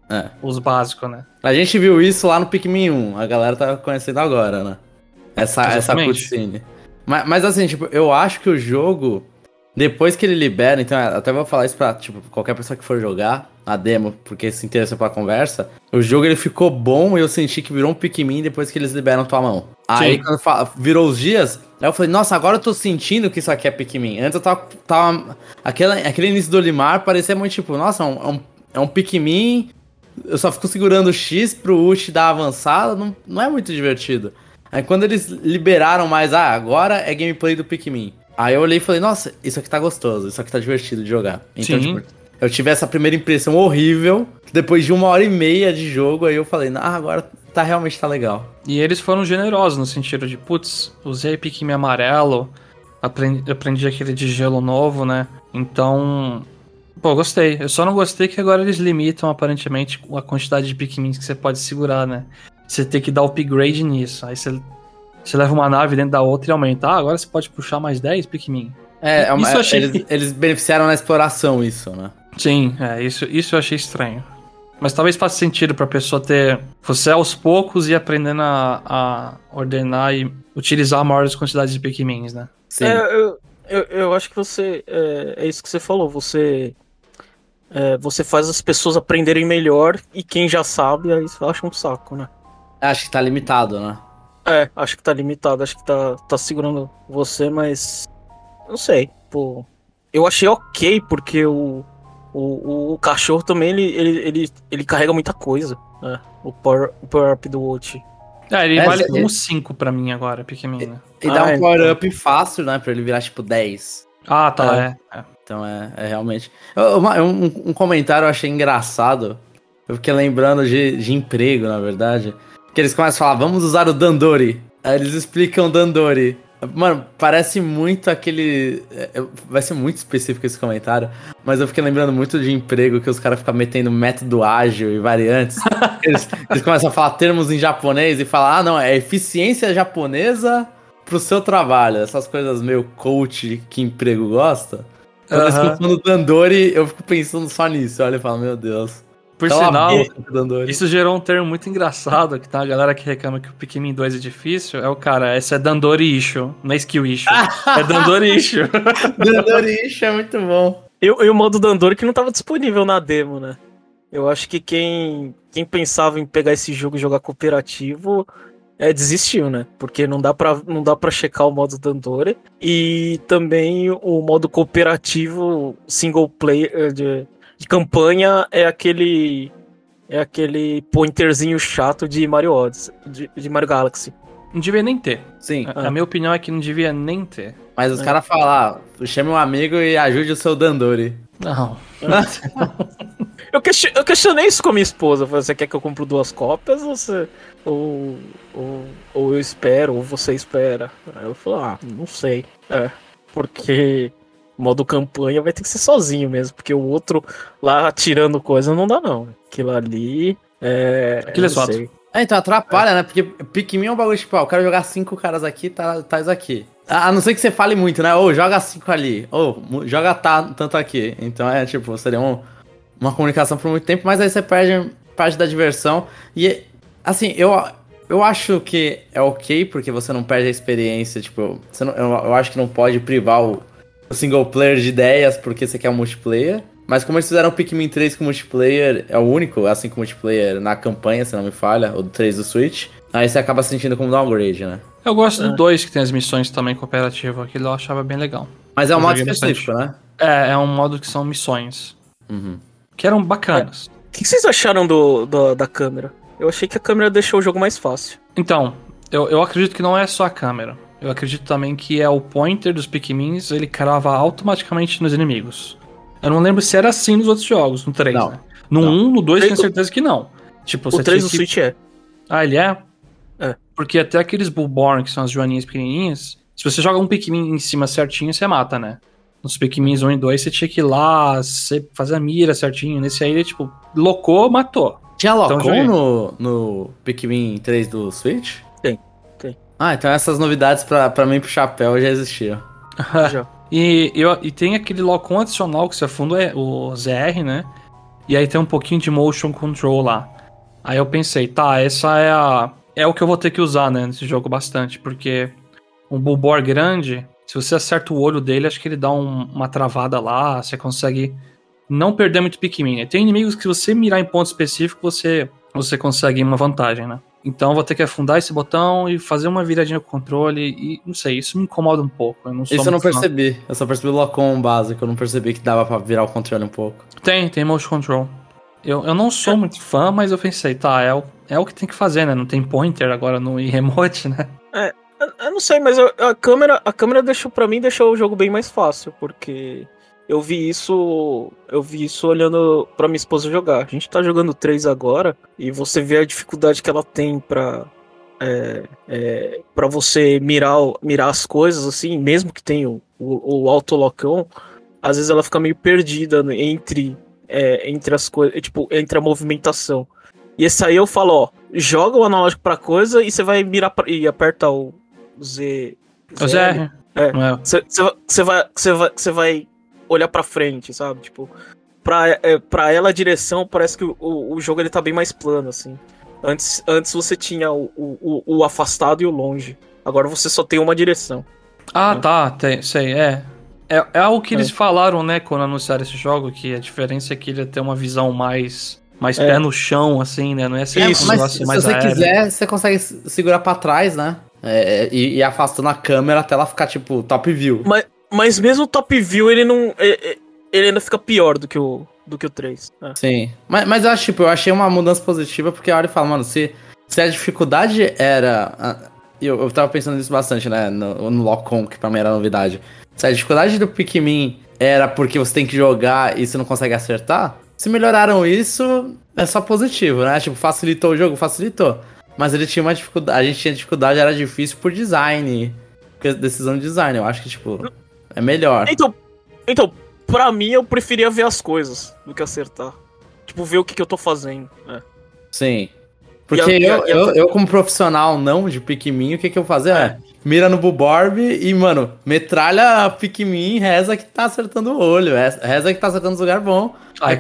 Os básicos, né? A gente viu isso lá no Pikmin 1, a galera tá conhecendo agora, né? Essa cutscene. Mas assim, tipo, eu acho que o jogo, depois que ele libera, então até vou falar isso pra, tipo, qualquer pessoa que for jogar a demo, porque se interessa pra conversa, o jogo ele ficou bom e eu senti que virou um Pikmin depois que eles liberam tua mão. Aí quando virou os dias, aí eu falei, nossa, agora eu tô sentindo que isso aqui é Pikmin. Antes eu tava aquele início do Olimar parecia muito tipo, nossa, é um Pikmin, eu só fico segurando o X pro ult dar avançada, não é muito divertido. Aí quando eles liberaram mais, agora é gameplay do Pikmin. Aí eu olhei e falei, nossa, isso aqui tá gostoso, isso aqui tá divertido de jogar. Então, tipo, eu tive essa primeira impressão horrível, depois de 1h30 de jogo, aí eu falei, agora realmente tá legal. E eles foram generosos no sentido de, putz, usei Pikmin amarelo, aprendi aquele de gelo novo, né? Então, pô, gostei. Eu só não gostei que agora eles limitam, aparentemente, a quantidade de Pikmins que você pode segurar, né? Você tem que dar upgrade nisso. Aí você leva uma nave dentro da outra e aumenta. Agora você pode puxar mais 10 Pikmin. Eles beneficiaram na exploração isso, né? Sim, isso eu achei estranho. Mas talvez faça sentido pra pessoa ter... Você aos poucos ir aprendendo a ordenar e utilizar maiores quantidades de Pikmins, né? Sim. Eu acho que você... É isso que você falou. Você faz as pessoas aprenderem melhor e quem já sabe, aí você acha um saco, né? Acho que tá limitado, né? Acho que tá limitado. Acho que tá segurando você, mas... Não sei, pô. Eu achei ok, porque o cachorro também, ele carrega muita coisa, né? O power-up do Ult. Ele vale como 5 pra mim agora, Pikmin, né? E dá um power-up fácil, né? Pra ele virar, tipo, 10. Tá, Então é realmente... Um comentário eu achei engraçado. Eu fiquei lembrando de emprego, na verdade. Que eles começam a falar, vamos usar o Dandori. Aí eles explicam Dandori. Mano, parece muito aquele... Vai ser muito específico esse comentário, mas eu fiquei lembrando muito de emprego que os caras ficam metendo método ágil e variantes. Eles começam a falar termos em japonês e falar, não, é eficiência japonesa pro seu trabalho. Essas coisas meio coach que emprego gosta. Quando eles ficam falando Dandori, eu fico pensando só nisso. Olha e falo, meu Deus. Por sinal, isso gerou um termo muito engraçado, que tá a galera que reclama que o Pikmin 2 é difícil, é o cara, esse é Dandori issue, não é skill issue, é Dandori issue. Dandori issue é muito bom. E o modo Dandori que não tava disponível na demo, né? Eu acho que quem pensava em pegar esse jogo e jogar cooperativo desistiu, né? Porque não dá pra checar o modo Dandori. E também o modo cooperativo single player de campanha é aquele pointerzinho chato de Mario Odyssey, de Mario Galaxy. Não devia nem ter. Sim. A minha opinião é que não devia nem ter. Mas os caras falam, chame um amigo e ajude o seu Dandori. Não. Eu questionei isso com a minha esposa. Você quer que eu compre 2 cópias ou eu espero, ou você espera? Aí ela falou, não sei. Porque modo campanha vai ter que ser sozinho mesmo, porque o outro lá tirando coisa não dá não. Aquilo ali Aquilo é só. Então atrapalha, né? Porque Pikmin é um bagulho tipo, eu quero jogar 5 caras aqui, tá isso aqui. A não ser que você fale muito, né? Joga 5 ali, joga tanto aqui. Então tipo, seria uma comunicação por muito tempo, mas aí você perde parte da diversão. E assim, eu acho que é ok, porque você não perde a experiência, tipo, eu acho que não pode privar o single player de ideias porque você quer um multiplayer. Mas como eles fizeram o Pikmin 3 com multiplayer, é o único, assim, com multiplayer na campanha, se não me falha, o do 3 do Switch, aí você acaba sentindo como downgrade, né? Eu gosto do 2, que tem as missões também cooperativas, aquilo eu achava bem legal. Mas é um modo específico, né? É um modo que são missões. Que eram bacanas. O que vocês acharam da câmera? Eu achei que a câmera deixou o jogo mais fácil. Então, eu acredito que não é só a câmera. Eu acredito também que é o pointer dos Pikmins, ele crava automaticamente nos inimigos. Eu não lembro se era assim nos outros jogos, no 3, não. Né? No 1, no 2, tenho certeza que não. Tipo, o 3 do Switch é. Ele é? É. Porque até aqueles Bullborn, que são as joaninhas pequenininhas, se você joga um Pikmin em cima certinho, você mata, né? Nos Pikmins 1 e 2, você tinha que ir lá, você fazer a mira certinho. Nesse aí, ele, tipo, locou, matou. Tinha locou no Pikmin 3 do Switch? Tem. Então essas novidades pra mim pro chapéu já existiam. Já. E tem aquele lock-on adicional que você afunda o ZR, né? E aí tem um pouquinho de motion control lá. Aí eu pensei, tá, essa é o que eu vou ter que usar, né, nesse jogo bastante. Porque um Bulbor grande, se você acerta o olho dele, acho que ele dá uma travada lá, você consegue não perder muito Pikmin. Tem inimigos que se você mirar em ponto específico, você consegue uma vantagem, né? Então eu vou ter que afundar esse botão e fazer uma viradinha com o controle e, não sei, isso me incomoda um pouco. Isso eu não percebi. Eu só percebi o Locom básico, eu não percebi que dava pra virar o controle um pouco. Tem motion control. Eu não sou muito fã, mas eu pensei, tá, é o que tem que fazer, né? Não tem pointer agora no remote, né? Eu não sei, mas a câmera deixou o jogo bem mais fácil, porque eu vi isso olhando pra minha esposa jogar. A gente tá jogando 3 agora, e você vê a dificuldade que ela tem pra você mirar as coisas, assim, mesmo que tenha o autolocão, às vezes ela fica meio perdida entre as coisas, tipo, entre a movimentação. E esse aí eu falo, ó, joga o analógico pra coisa e você vai mirar e aperta o Z. O ZR. Você vai olhar pra frente, sabe? Tipo, pra ela a direção parece que o jogo ele tá bem mais plano, assim. Antes você tinha o afastado e o longe. Agora você só tem uma direção. Tá, sei, é algo que eles falaram, né, quando anunciaram esse jogo, que a diferença é que ele ia ter uma visão mais pé no chão, assim, né? Não é assim, isso, mas se você quiser, você consegue segurar pra trás, né? E afastando a câmera até ela ficar, tipo, top view. Mas mesmo o top view, ele não. Ele ainda fica pior do que o 3. Sim. Mas eu acho, tipo, eu achei uma mudança positiva, porque a hora fala, mano, se a dificuldade era. Eu tava pensando nisso bastante, né? No Lock-On, que pra mim era novidade. Se a dificuldade do Pikmin era porque você tem que jogar e você não consegue acertar, se melhoraram isso, é só positivo, né? Tipo, facilitou o jogo, facilitou. Mas ele tinha uma dificuldade. A gente tinha dificuldade, era difícil por design. Decisão de design. Eu acho que, tipo, é melhor. Então, pra mim, eu preferia ver as coisas do que acertar. Tipo, ver o que eu tô fazendo. Sim. Porque eu, como profissional não de Pikmin, o que eu fazia? Mira no Bulborb e, mano, metralha Pikmin, reza que tá acertando o olho. Reza que tá acertando os lugares bons. Aí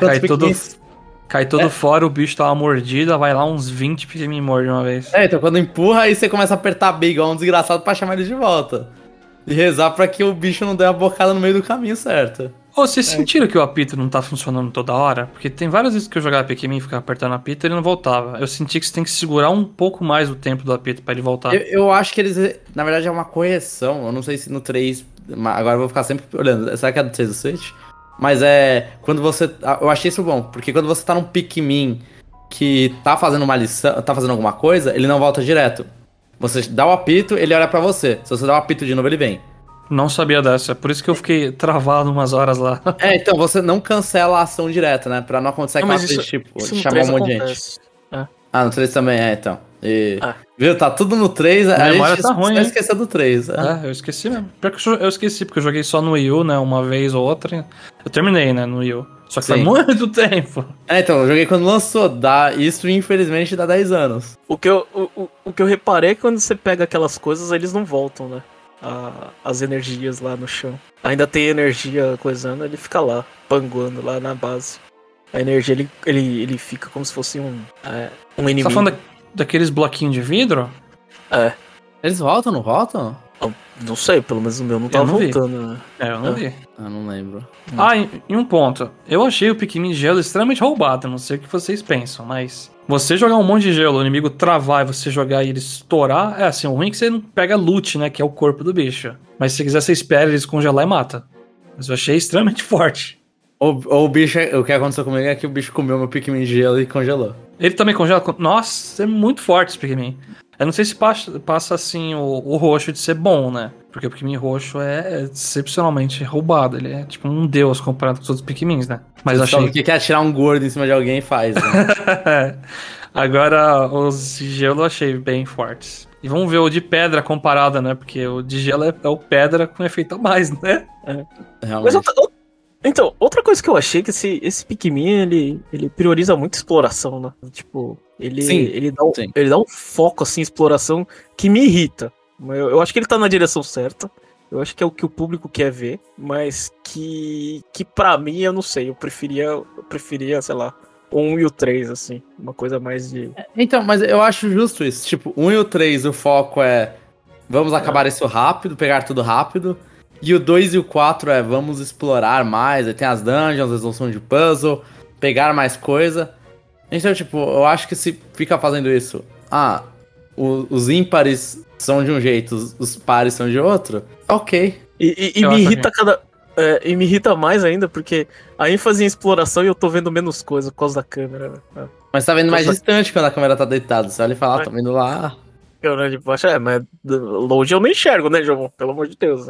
cai todo fora, o bicho tá uma mordida, vai lá uns 20 Pikmin morde uma vez. Então quando empurra, aí você começa a apertar B igual um desgraçado pra chamar ele de volta. E rezar pra que o bicho não dê uma bocada no meio do caminho certo. Vocês sentiram que o apito não tá funcionando toda hora? Porque tem várias vezes que eu jogava Pikmin e ficava apertando o apito e ele não voltava. Eu senti que você tem que segurar um pouco mais o tempo do apito pra ele voltar. Eu acho que eles, na verdade, é uma correção. Eu não sei se no 3... Agora eu vou ficar sempre olhando. Será que é do 3 do Switch? Mas quando você... Eu achei isso bom, porque quando você tá num Pikmin que tá fazendo uma lição, tá fazendo alguma coisa, ele não volta direto. Você dá o apito, ele olha pra você. Se você dá o apito de novo, ele vem. Não sabia dessa, por isso que eu fiquei travado umas horas lá. Então você não cancela a ação direta, né? Pra não acontecer aquela coisa, tipo, chamar um monte de gente. No 3 também então. Viu, tá tudo no 3, a memória tá ruim, esqueceu do 3. Eu esqueci mesmo. Eu esqueci, porque eu joguei só no Wii U, né, uma vez ou outra. Eu terminei, né, no Wii U. Só que faz muito tempo. Então, eu joguei quando lançou. Isso, infelizmente, dá 10 anos. O que eu reparei é que quando você pega aquelas coisas, eles não voltam, né? As energias lá no chão. Ainda tem energia coisando, ele fica lá, panguando lá na base. A energia, ele fica como se fosse um inimigo. Você tá falando daqueles bloquinhos de vidro? Eles voltam, não voltam? Não sei, pelo menos o meu não tava voltando. Né? Eu não vi. Eu não lembro. E um ponto. Eu achei o Pikmin de gelo extremamente roubado, não sei o que vocês pensam, mas... Você jogar um monte de gelo, o inimigo travar e você jogar e ele estourar, assim, o ruim é que você não pega loot, né, que é o corpo do bicho. Mas se você quiser, você espera ele descongelar e mata. Mas eu achei extremamente forte. Ou o bicho, o que aconteceu comigo é que o bicho comeu meu Pikmin de gelo e congelou. Ele também congela? Nossa, é muito forte esse Pikmin. Eu não sei se passa assim, o roxo de ser bom, né? Porque o Pikmin roxo é excepcionalmente roubado. Ele é tipo um deus comparado com os outros Pikmins, né? Mas você achei que quer tirar um gordo em cima de alguém e faz, né? Agora, os de gelo eu achei bem fortes. E vamos ver o de pedra comparado, né? Porque o de gelo é o pedra com efeito a mais, né? Realmente. Mas então, outra coisa que eu achei é que esse Pikmin, ele prioriza muito exploração, né? Tipo, ele dá um foco, assim, em exploração que me irrita. Eu acho que ele tá na direção certa. Eu acho que é o que o público quer ver, mas que pra mim, eu não sei, eu preferia, sei lá, o 1 e o 3, assim, uma coisa mais de... Então, mas eu acho justo isso. Tipo, 1 e o 3, o foco é vamos acabar isso rápido, pegar tudo rápido. E o 2 e o 4 é vamos explorar mais, aí tem as dungeons, resolução de puzzle, pegar mais coisa. Então, tipo, eu acho que se fica fazendo isso, os ímpares são de um jeito, os pares são de outro, ok. E me irrita e me irrita mais ainda, porque a ênfase em exploração e eu tô vendo menos coisa por causa da câmera, né? Mas tá vendo mais distante quando a câmera tá deitada. Você olha e fala, tô vendo lá. Câmera de baixo, mas longe eu não enxergo, né, João? Pelo amor de Deus.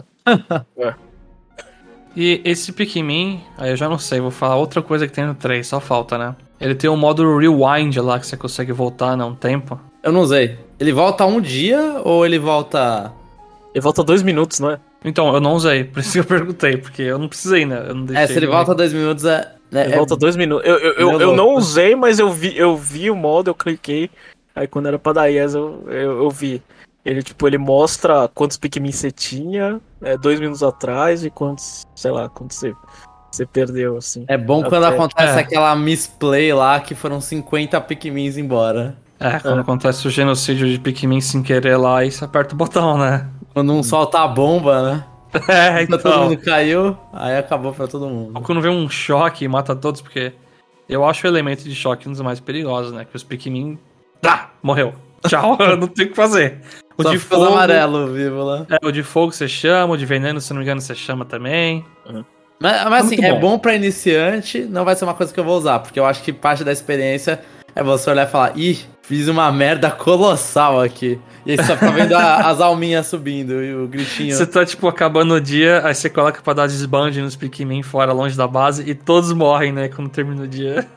E esse Pikmin, aí eu já não sei, vou falar outra coisa que tem no 3, só falta, né? Ele tem um modo rewind lá, que você consegue voltar, né, um tempo. Eu não usei. Ele volta um dia ou ele volta... Ele volta 2 minutos, não é? Então, eu não usei, por isso que eu perguntei, porque eu não precisei, né? Eu não deixei. Se ele volta 2 minutos Ele volta 2 minutos. Eu não usei, mas eu vi o modo, eu cliquei. Aí quando era pra dar yes, eu vi. Ele, tipo, ele mostra quantos Pikmin você tinha 2 minutos atrás e quantos, sei lá, quantos você perdeu, assim. É bom quando acontece aquela misplay lá que foram 50 Pikmins embora. Quando acontece o genocídio de Pikmin sem querer lá, aí você aperta o botão, né? Quando um solta a bomba, né? Então. Todo mundo caiu, aí acabou pra todo mundo. Ou quando vem um choque e mata todos, porque eu acho o elemento de choque um dos mais perigosos, né? Que os Pikmin... morreu. Tchau, não tem o que fazer. O só de fica fogo... amarelo vivo lá. O de fogo você chama, o de veneno, se não me engano, você chama também. Mas assim, é bom pra iniciante, não vai ser uma coisa que eu vou usar, porque eu acho que parte da experiência é você olhar e falar, fiz uma merda colossal aqui. E aí você só fica vendo as alminhas subindo e o gritinho. Você tá, tipo, acabando o dia, aí você coloca pra dar desbande nos Pikmin fora, longe da base, e todos morrem, né, quando termina o dia.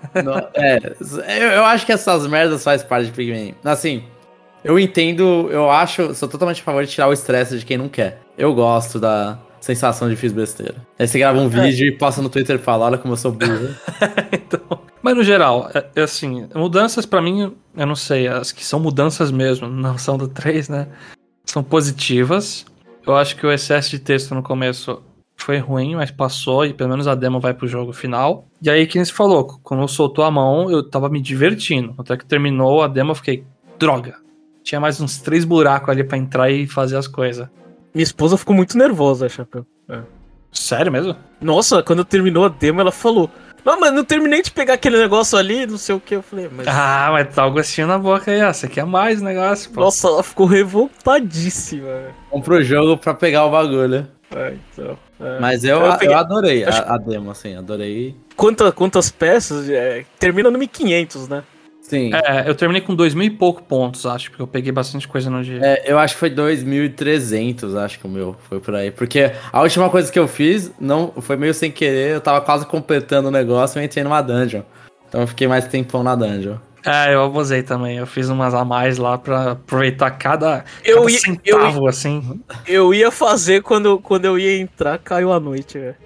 Eu acho que essas merdas fazem parte de Pikmin. Assim, eu entendo, sou totalmente a favor de tirar o estresse de quem não quer. Eu gosto da sensação de fiz besteira. Aí você grava um vídeo e posta no Twitter e fala, olha como eu sou burro. Então... Mas no geral, assim, mudanças pra mim, eu não sei, as que são mudanças mesmo, não são do 3, né? São positivas. Eu acho que o excesso de texto no começo foi ruim, mas passou e pelo menos a demo vai pro jogo final. E aí, quem se falou, quando soltou a mão, eu tava me divertindo. Até que terminou a demo, eu fiquei, droga. Tinha mais uns 3 buracos ali pra entrar e fazer as coisas. Minha esposa ficou muito nervosa, Chapéu. Sério mesmo? Nossa, quando terminou a demo, ela falou... Não, mas não terminei de pegar aquele negócio ali, não sei o que. Eu falei, mas... mas tá o gostinho na boca aí, ó. Você quer mais negócio, pô. Nossa, ela ficou revoltadíssima. Vamos pro jogo pra pegar o bagulho. Então... Mas eu adorei a demo, assim, adorei. Quantas peças? Termina no 1500, né? Sim. Eu terminei com 2.000 e pouco pontos, acho, porque eu peguei bastante coisa no dia. Eu acho que foi 2.300, acho que o meu foi por aí. Porque a última coisa que eu fiz, não foi meio sem querer, eu tava quase completando o negócio e entrei numa dungeon. Então eu fiquei mais tempão na dungeon. Eu abusei também, eu fiz umas a mais lá pra aproveitar cada centavo, assim. Eu ia fazer quando eu ia entrar, caiu a noite, velho.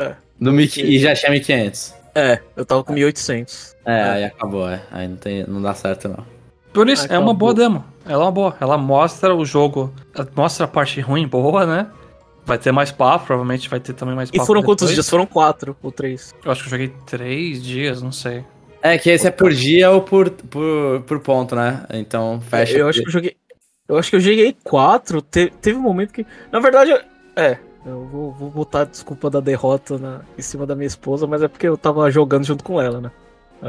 E já tinha 1.500. Eu tava com 1.800. Aí acabou, aí não dá certo não. Por isso, é uma boa demo. Ela é uma boa. Ela mostra o jogo, mostra a parte ruim boa, né? Vai ter mais papo, provavelmente vai ter também mais papo. E foram quantos dias? Foram 4 ou 3? Eu acho que eu joguei 3 dias, não sei. Que esse é por dia ou por ponto, né? Então fecha. Eu acho que eu joguei 4. Teve um momento que. Na verdade, eu vou botar a desculpa da derrota em cima da minha esposa, mas é porque eu tava jogando junto com ela, né?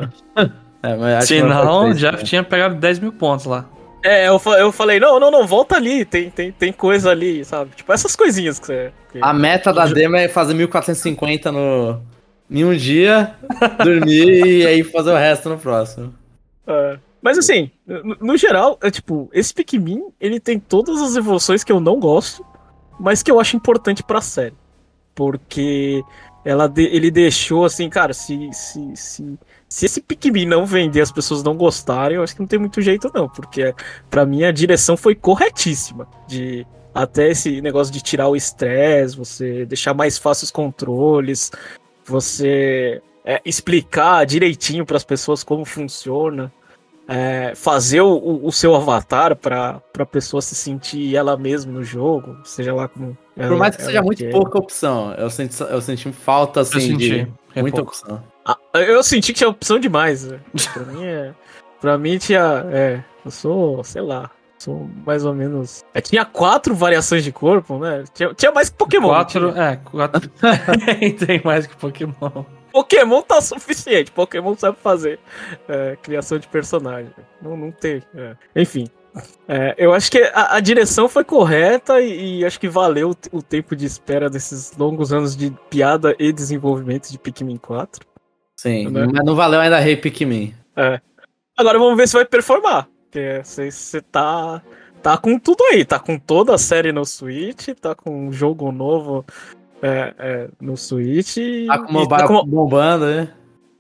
Mas se não, já tinha pegado 10 mil pontos lá. Eu falei, não, volta ali, tem coisa ali, sabe? Tipo, essas coisinhas que você... A meta da demo é fazer 1450 em um dia, dormir e aí fazer o resto no próximo. Mas assim, no geral, tipo, esse Pikmin, ele tem todas as evoluções que eu não gosto, mas que eu acho importante pra série. Porque ele deixou assim, cara, se esse Pikmin não vender, as pessoas não gostarem, eu acho que não tem muito jeito não, porque pra mim a direção foi corretíssima, de até esse negócio de tirar o estresse, você deixar mais fácil os controles, você explicar direitinho pras pessoas como funciona, fazer o seu avatar pra pessoa se sentir ela mesma no jogo, seja lá como Por mais que seja muito quer. pouca opção, eu senti falta, assim, de muita pouco. opção. Eu senti que tinha opção demais. Né? Pra mim tinha. Eu sou, sei lá. Sou mais ou menos. Tinha 4 variações de corpo, né? Tinha mais que Pokémon. 4. Tem mais que Pokémon. Pokémon tá suficiente. Pokémon sabe fazer criação de personagem. Não tem. Enfim. Eu acho que a direção foi correta e acho que valeu o tempo de espera desses longos anos de piada e desenvolvimento de Pikmin 4. Sim, Né? mas não valeu ainda Rei Pikmin. Agora vamos ver se vai performar. Porque você tá com tudo aí. Tá com toda a série no Switch, tá com um jogo novo no Switch. Tá com o mobile bombando, né?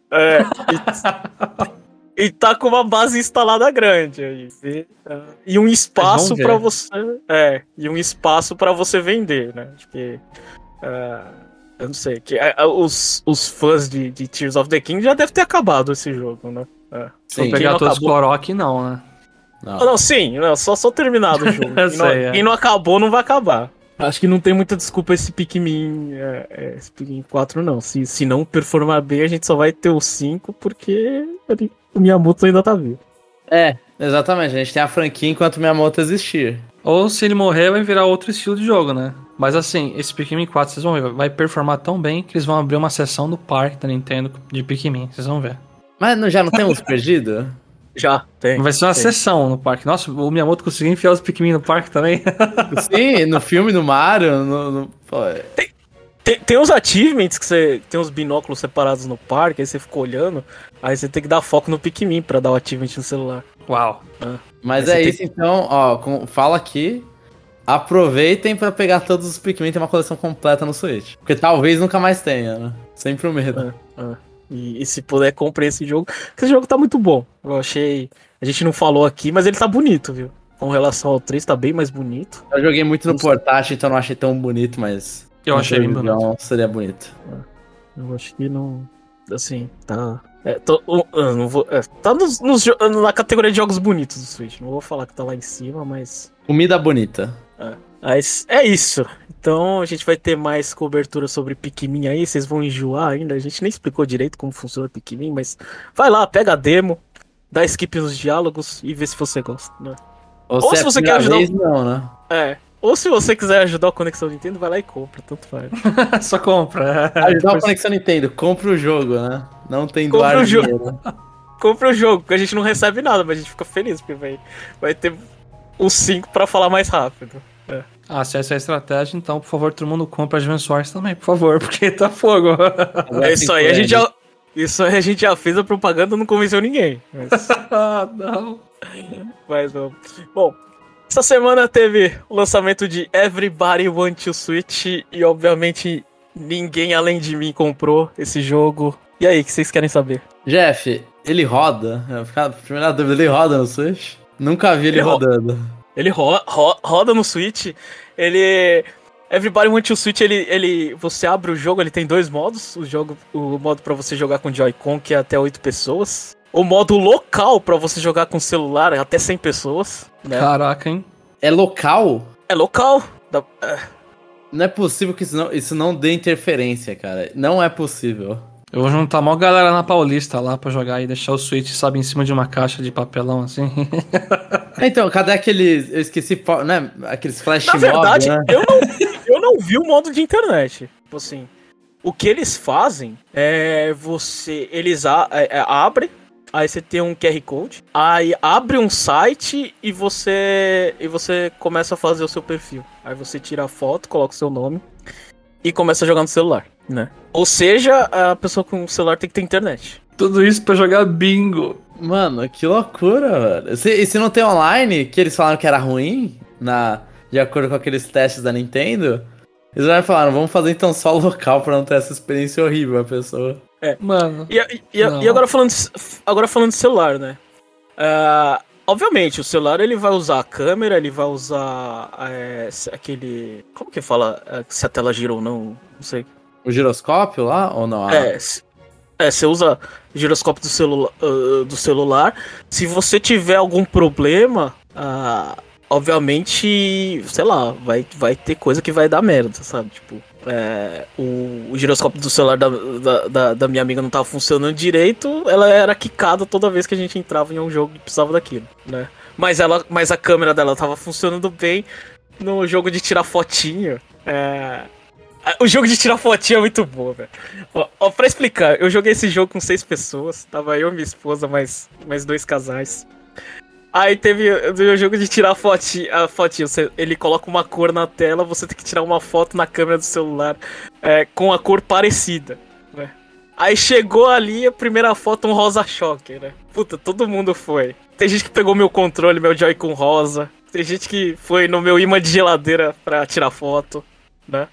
E tá com uma base instalada grande aí. E um espaço pra você. E um espaço pra você vender, né? Porque. Eu não sei. Que, os fãs de Tears of the King já devem ter acabado esse jogo, né? Se eu pegar todos os Korok, não, né? Não, sim, só terminado o jogo. Quem não acabou, não vai acabar. Acho que não tem muita desculpa esse Pikmin 4, não. Se não performar bem, a gente só vai ter o 5, porque o Miyamoto ainda tá vivo. Exatamente. A gente tem a franquia enquanto o Miyamoto existir. Ou se ele morrer, vai virar outro estilo de jogo, né? Mas assim, esse Pikmin 4, vocês vão ver, vai performar tão bem que eles vão abrir uma seção do parque da Nintendo de Pikmin. Vocês vão ver. Mas já não tem uns perdidos? Já, tem. Vai ser uma sessão no parque. Nossa, o Miyamoto conseguiu enfiar os Pikmin no parque também. Sim, no filme do Mario. Tem uns achievements que você tem uns binóculos separados no parque, aí você fica olhando, aí você tem que dar foco no Pikmin pra dar o achievement no celular. Uau. Mas isso então, fala aqui. Aproveitem pra pegar todos os Pikmin, tem uma coleção completa no Switch. Porque talvez nunca mais tenha, né? Sempre o medo. E se puder, compre esse jogo. Porque esse jogo tá muito bom. Eu achei. A gente não falou aqui, mas ele tá bonito, viu? Com relação ao 3, tá bem mais bonito. Eu joguei muito no portátil, então não achei tão bonito, mas. Eu achei bem bonito. Seria bonito. Eu acho que não. Assim, tá. Não vou, tá na categoria de jogos bonitos do Switch. Não vou falar que tá lá em cima, mas. Comida bonita. Mas é isso. Então a gente vai ter mais cobertura sobre Pikmin aí. Vocês vão enjoar ainda. A gente nem explicou direito como funciona Pikmin, mas vai lá, pega a demo, dá skip nos diálogos e vê se você gosta. Né? Ou se você quer ajudar. Não, né? Ou se você quiser ajudar a Conexão Nintendo, vai lá e compra, tanto faz. Só compra. Ajudar a Conexão Nintendo, compra o jogo, né? Não tem doar dinheiro. Compra o jogo, porque a gente não recebe nada, mas a gente fica feliz, porque vai ter os 5 pra falar mais rápido. Se essa é a estratégia, então, por favor, todo mundo compra Advance Wars também, por favor, porque tá fogo. Isso aí, a gente já fez a propaganda, não convenceu ninguém. Mas... não. Mas vamos. Bom, essa semana teve o lançamento de Everybody Want to Switch e, obviamente, ninguém além de mim comprou esse jogo. E aí, o que vocês querem saber? Jeff, ele roda? Primeira dúvida, ele roda no Switch? Nunca vi ele rodando. Ele roda no Switch. Everybody Want to Switch, você abre o jogo, ele tem 2 modos. O modo pra você jogar com Joy-Con, que é até 8 pessoas. O modo local pra você jogar com celular, até 100 pessoas. Né? Caraca, hein? É local? É local. Não é possível que isso não dê interferência, cara. Não é possível. Eu vou juntar uma galera na Paulista lá pra jogar e deixar o Switch, sabe, em cima de uma caixa de papelão, assim. Então, cadê aqueles... Eu esqueci, né? Aqueles flash mob, na verdade, né? eu não vi o modo de internet. Tipo assim, o que eles fazem é eles abrem, aí você tem um QR Code, aí abre um site e você começa a fazer o seu perfil. Aí você tira a foto, coloca o seu nome e começa a jogar no celular, né? Ou seja, a pessoa com o celular tem que ter internet. Tudo isso pra jogar bingo. Mano, que loucura, velho. E se não tem online, que eles falaram que era ruim, de acordo com aqueles testes da Nintendo, eles já falaram, vamos fazer então só local pra não ter essa experiência horrível a pessoa. Mano. E agora falando de celular, né? Obviamente, o celular ele vai usar a câmera, ele vai usar aquele... Como que fala? Se a tela gira ou não sei. O giroscópio lá ou não? Você usa o giroscópio do celular. Se você tiver algum problema, obviamente, sei lá, vai ter coisa que vai dar merda, sabe? Tipo, o giroscópio do celular da minha amiga não tava funcionando direito, ela era quicada toda vez que a gente entrava em um jogo e precisava daquilo, né? Mas a câmera dela tava funcionando bem no jogo de tirar fotinho. O jogo de tirar fotinho é muito bom, velho. Ó, pra explicar, eu joguei esse jogo com 6 pessoas, tava eu, minha esposa, mais 2 casais. Aí teve o jogo de tirar a fotinho. Ele coloca uma cor na tela, você tem que tirar uma foto na câmera do celular com a cor parecida, né? Aí chegou ali a primeira foto, um rosa choque, né? Puta, todo mundo foi. Tem gente que pegou meu controle, meu Joy-Con rosa. Tem gente que foi no meu imã de geladeira pra tirar foto, né?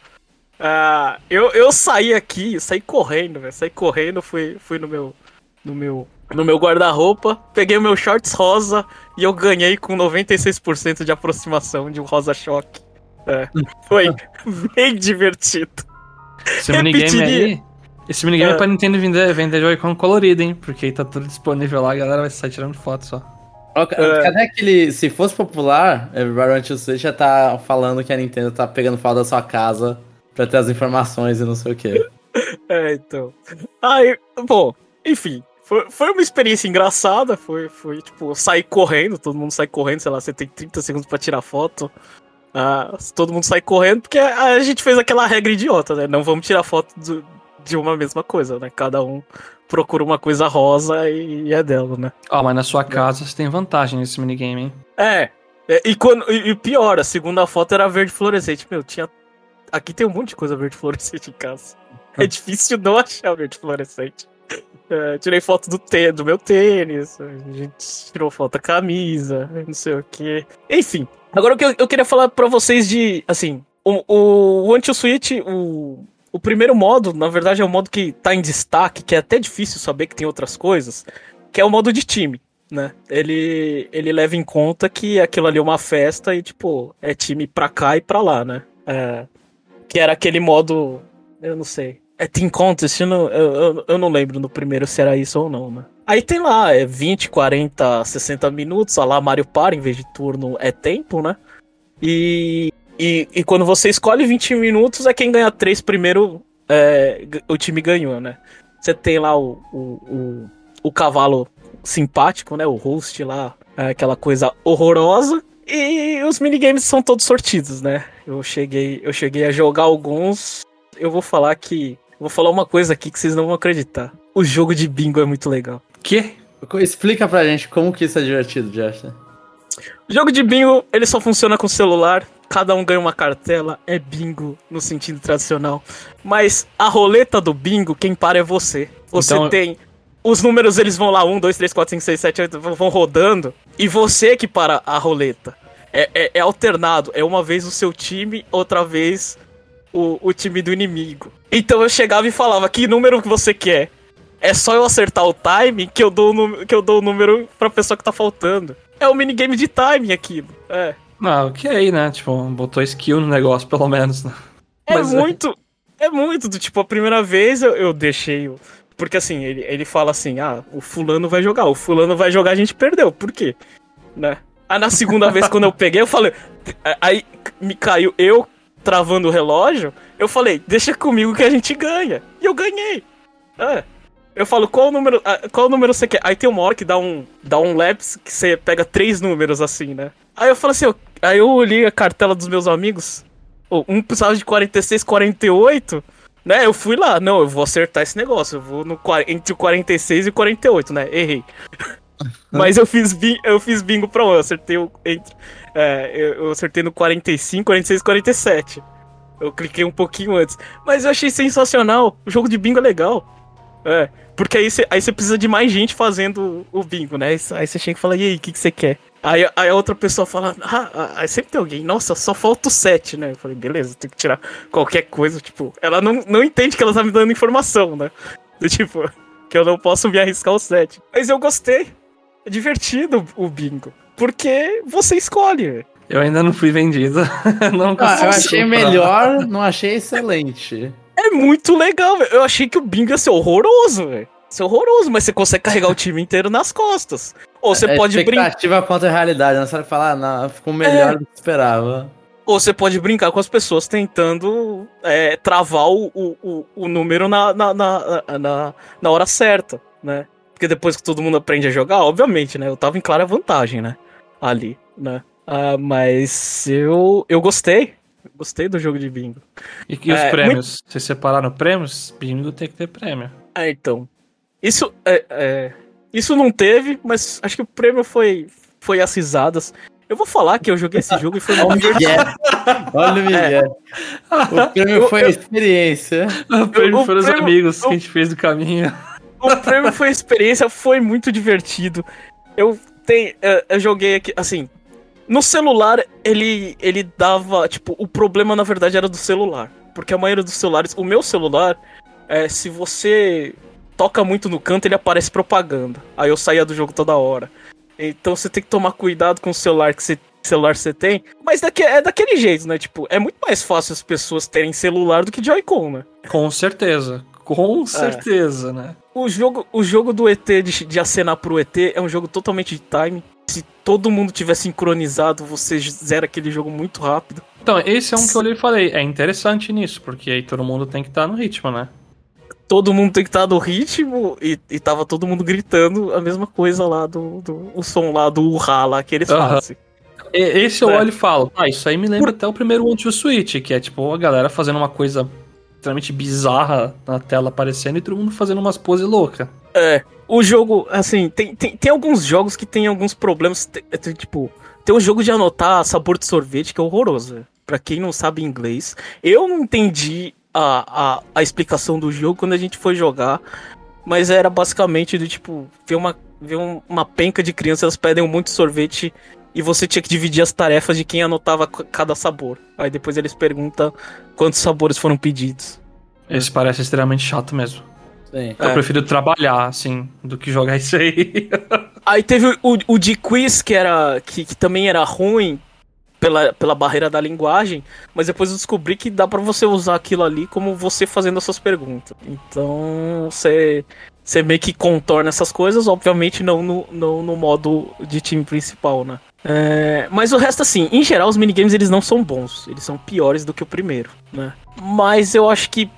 Eu saí aqui, saí correndo, velho. Saí correndo, fui no meu guarda-roupa, peguei o meu shorts rosa e eu ganhei com 96% de aproximação de um rosa choque. Foi bem divertido. Esse minigame é pra Nintendo vender Joy-Con colorido, hein? Porque tá tudo disponível lá, a galera vai sair tirando foto só. Cadê aquele... Se fosse popular, Everybody Wants to Switch já tá falando que a Nintendo tá pegando foto da sua casa pra ter as informações e não sei o quê. Então... Aí, bom, enfim... Foi uma experiência engraçada, foi tipo, sair correndo, todo mundo sai correndo, sei lá, você tem 30 segundos pra tirar foto, todo mundo sai correndo, porque a gente fez aquela regra idiota, né, não vamos tirar foto de uma mesma coisa, né, cada um procura uma coisa rosa e é dela, né. Mas na sua casa você tem vantagem nesse minigame, hein. E pior, a segunda foto era verde fluorescente, aqui tem um monte de coisa verde fluorescente em casa, é difícil não achar verde fluorescente. Tirei foto do meu tênis, a gente tirou foto da camisa, não sei o que. Enfim, agora o que eu queria falar pra vocês de, assim, o Anti-Switch, o primeiro modo, na verdade é o modo que tá em destaque, que é até difícil saber que tem outras coisas, que é o modo de time, né? Ele leva em conta que aquilo ali é uma festa e, tipo, é time pra cá e pra lá, né? Que era aquele modo, eu não sei... Team Contest, eu não lembro no primeiro se era isso ou não, né? Aí tem lá, 20, 40, 60 minutos, lá Mario Party, em vez de turno é tempo, né? E quando você escolhe 20 minutos, quem ganha 3 primeiro, o time ganhou, né? Você tem lá o cavalo simpático, né? O host lá, aquela coisa horrorosa. E os minigames são todos sortidos, né? Eu cheguei a jogar alguns, eu vou falar uma coisa aqui que vocês não vão acreditar. O jogo de bingo é muito legal. Quê? Explica pra gente como que isso é divertido, Justin. O jogo de bingo, ele só funciona com celular. Cada um ganha uma cartela. É bingo no sentido tradicional. Mas a roleta do bingo, quem para é você. Você tem... Os números, eles vão lá, 1, 2, 3, 4, 5, 6, 7, 8, vão rodando. E você que para a roleta. É alternado. É uma vez o seu time, outra vez... O time do inimigo. Então eu chegava e falava, que número que você quer? É só eu acertar o time que eu dou o número pra pessoa que tá faltando. É um minigame de time aquilo. Ok, né? Tipo, botou skill no negócio, pelo menos, né? É muito, tipo, a primeira vez eu deixei... Porque assim, ele fala assim, o fulano vai jogar, a gente perdeu. Por quê? Né? Aí na segunda vez, quando eu peguei, eu falei... Aí me caiu travando o relógio, eu falei, deixa comigo que a gente ganha. E eu ganhei. Eu falo, qual número você quer? Aí tem uma hora que dá um lapse que você pega 3 números assim, né? Aí eu falo assim, aí eu olhei a cartela dos meus amigos, um precisava de 46, 48, né? Eu fui lá, não, eu vou acertar esse negócio, eu vou entre o 46 e o 48, né? Errei. Mas eu fiz bingo pra eu acertei eu acertei no 45, 46 e 47. Eu cliquei um pouquinho antes. Mas eu achei sensacional. O jogo de bingo é legal. Porque aí você precisa de mais gente fazendo o bingo, né? Aí você chega e fala, e aí, o que você quer? Aí a outra pessoa fala, aí sempre tem alguém, nossa, só falta o 7, né? Eu falei, beleza, tem que tirar qualquer coisa, tipo... Ela não entende que ela tá me dando informação, né? Tipo, que eu não posso me arriscar o 7. Mas eu gostei. É divertido o bingo. Porque você escolhe, velho. Eu ainda não fui vendido. Eu achei melhor, não achei excelente. É muito legal, velho. Eu achei que o bingo ia ser horroroso, velho. Isso é horroroso, mas você consegue carregar o time inteiro nas costas. Ou você pode brincar. Expectativa contra a realidade, não sabe falar, não, ficou melhor do que esperava. Ou você pode brincar com as pessoas tentando travar o número na hora certa, né? Porque depois que todo mundo aprende a jogar, obviamente, né? Eu tava em clara vantagem, né? Ali, né? Mas eu gostei. Gostei do jogo de bingo. E os prêmios? Vocês separaram prêmios? Bingo tem que ter prêmio. Então. Isso não teve, mas acho que o prêmio foi as risadas. Eu vou falar que eu joguei esse jogo e foi muito divertido. Olha o Miguel. O prêmio foi a experiência. O prêmio foram os amigos que a gente fez do caminho. O prêmio foi a experiência, foi muito divertido. Eu joguei aqui, assim... No celular, ele dava... Tipo, o problema, na verdade, era do celular. Porque a maioria dos celulares... O meu celular, se você toca muito no canto, ele aparece propaganda. Aí eu saía do jogo toda hora. Então você tem que tomar cuidado com o celular que você tem. Mas é daquele jeito, né? Tipo, é muito mais fácil as pessoas terem celular do que Joy-Con, né? Com certeza. Com certeza, né? O jogo do ET, de acenar pro ET, é um jogo totalmente de time. Se todo mundo tiver sincronizado, você zera aquele jogo muito rápido. Então, esse é um que eu olhei e falei. É interessante nisso, porque aí todo mundo tem que estar no ritmo, né? Todo mundo tem que estar no ritmo e tava todo mundo gritando a mesma coisa lá o som lá do urra lá que eles fazem. Esse eu olho e falo, isso aí me lembra até o primeiro One to Switch, que é tipo a galera fazendo uma coisa extremamente bizarra na tela aparecendo e todo mundo fazendo umas poses loucas. O jogo, assim, tem alguns jogos que tem alguns problemas, tipo, tem um jogo de anotar sabor de sorvete que é horroroso, pra quem não sabe inglês. Eu não entendi a explicação do jogo quando a gente foi jogar, mas era basicamente do tipo, ver uma penca de crianças, elas pedem um monte de sorvete e você tinha que dividir as tarefas de quem anotava cada sabor. Aí depois eles perguntam quantos sabores foram pedidos. Esse parece extremamente chato mesmo. Sim. Eu prefiro trabalhar, assim, do que jogar isso aí. Aí teve o de quiz, que também era ruim, pela barreira da linguagem, mas depois eu descobri que dá pra você usar aquilo ali como você fazendo as suas perguntas. Então, você meio que contorna essas coisas, obviamente não no modo de time principal, né? Mas o resto, assim, em geral, os minigames eles não são bons, eles são piores do que o primeiro, né? Mas eu acho que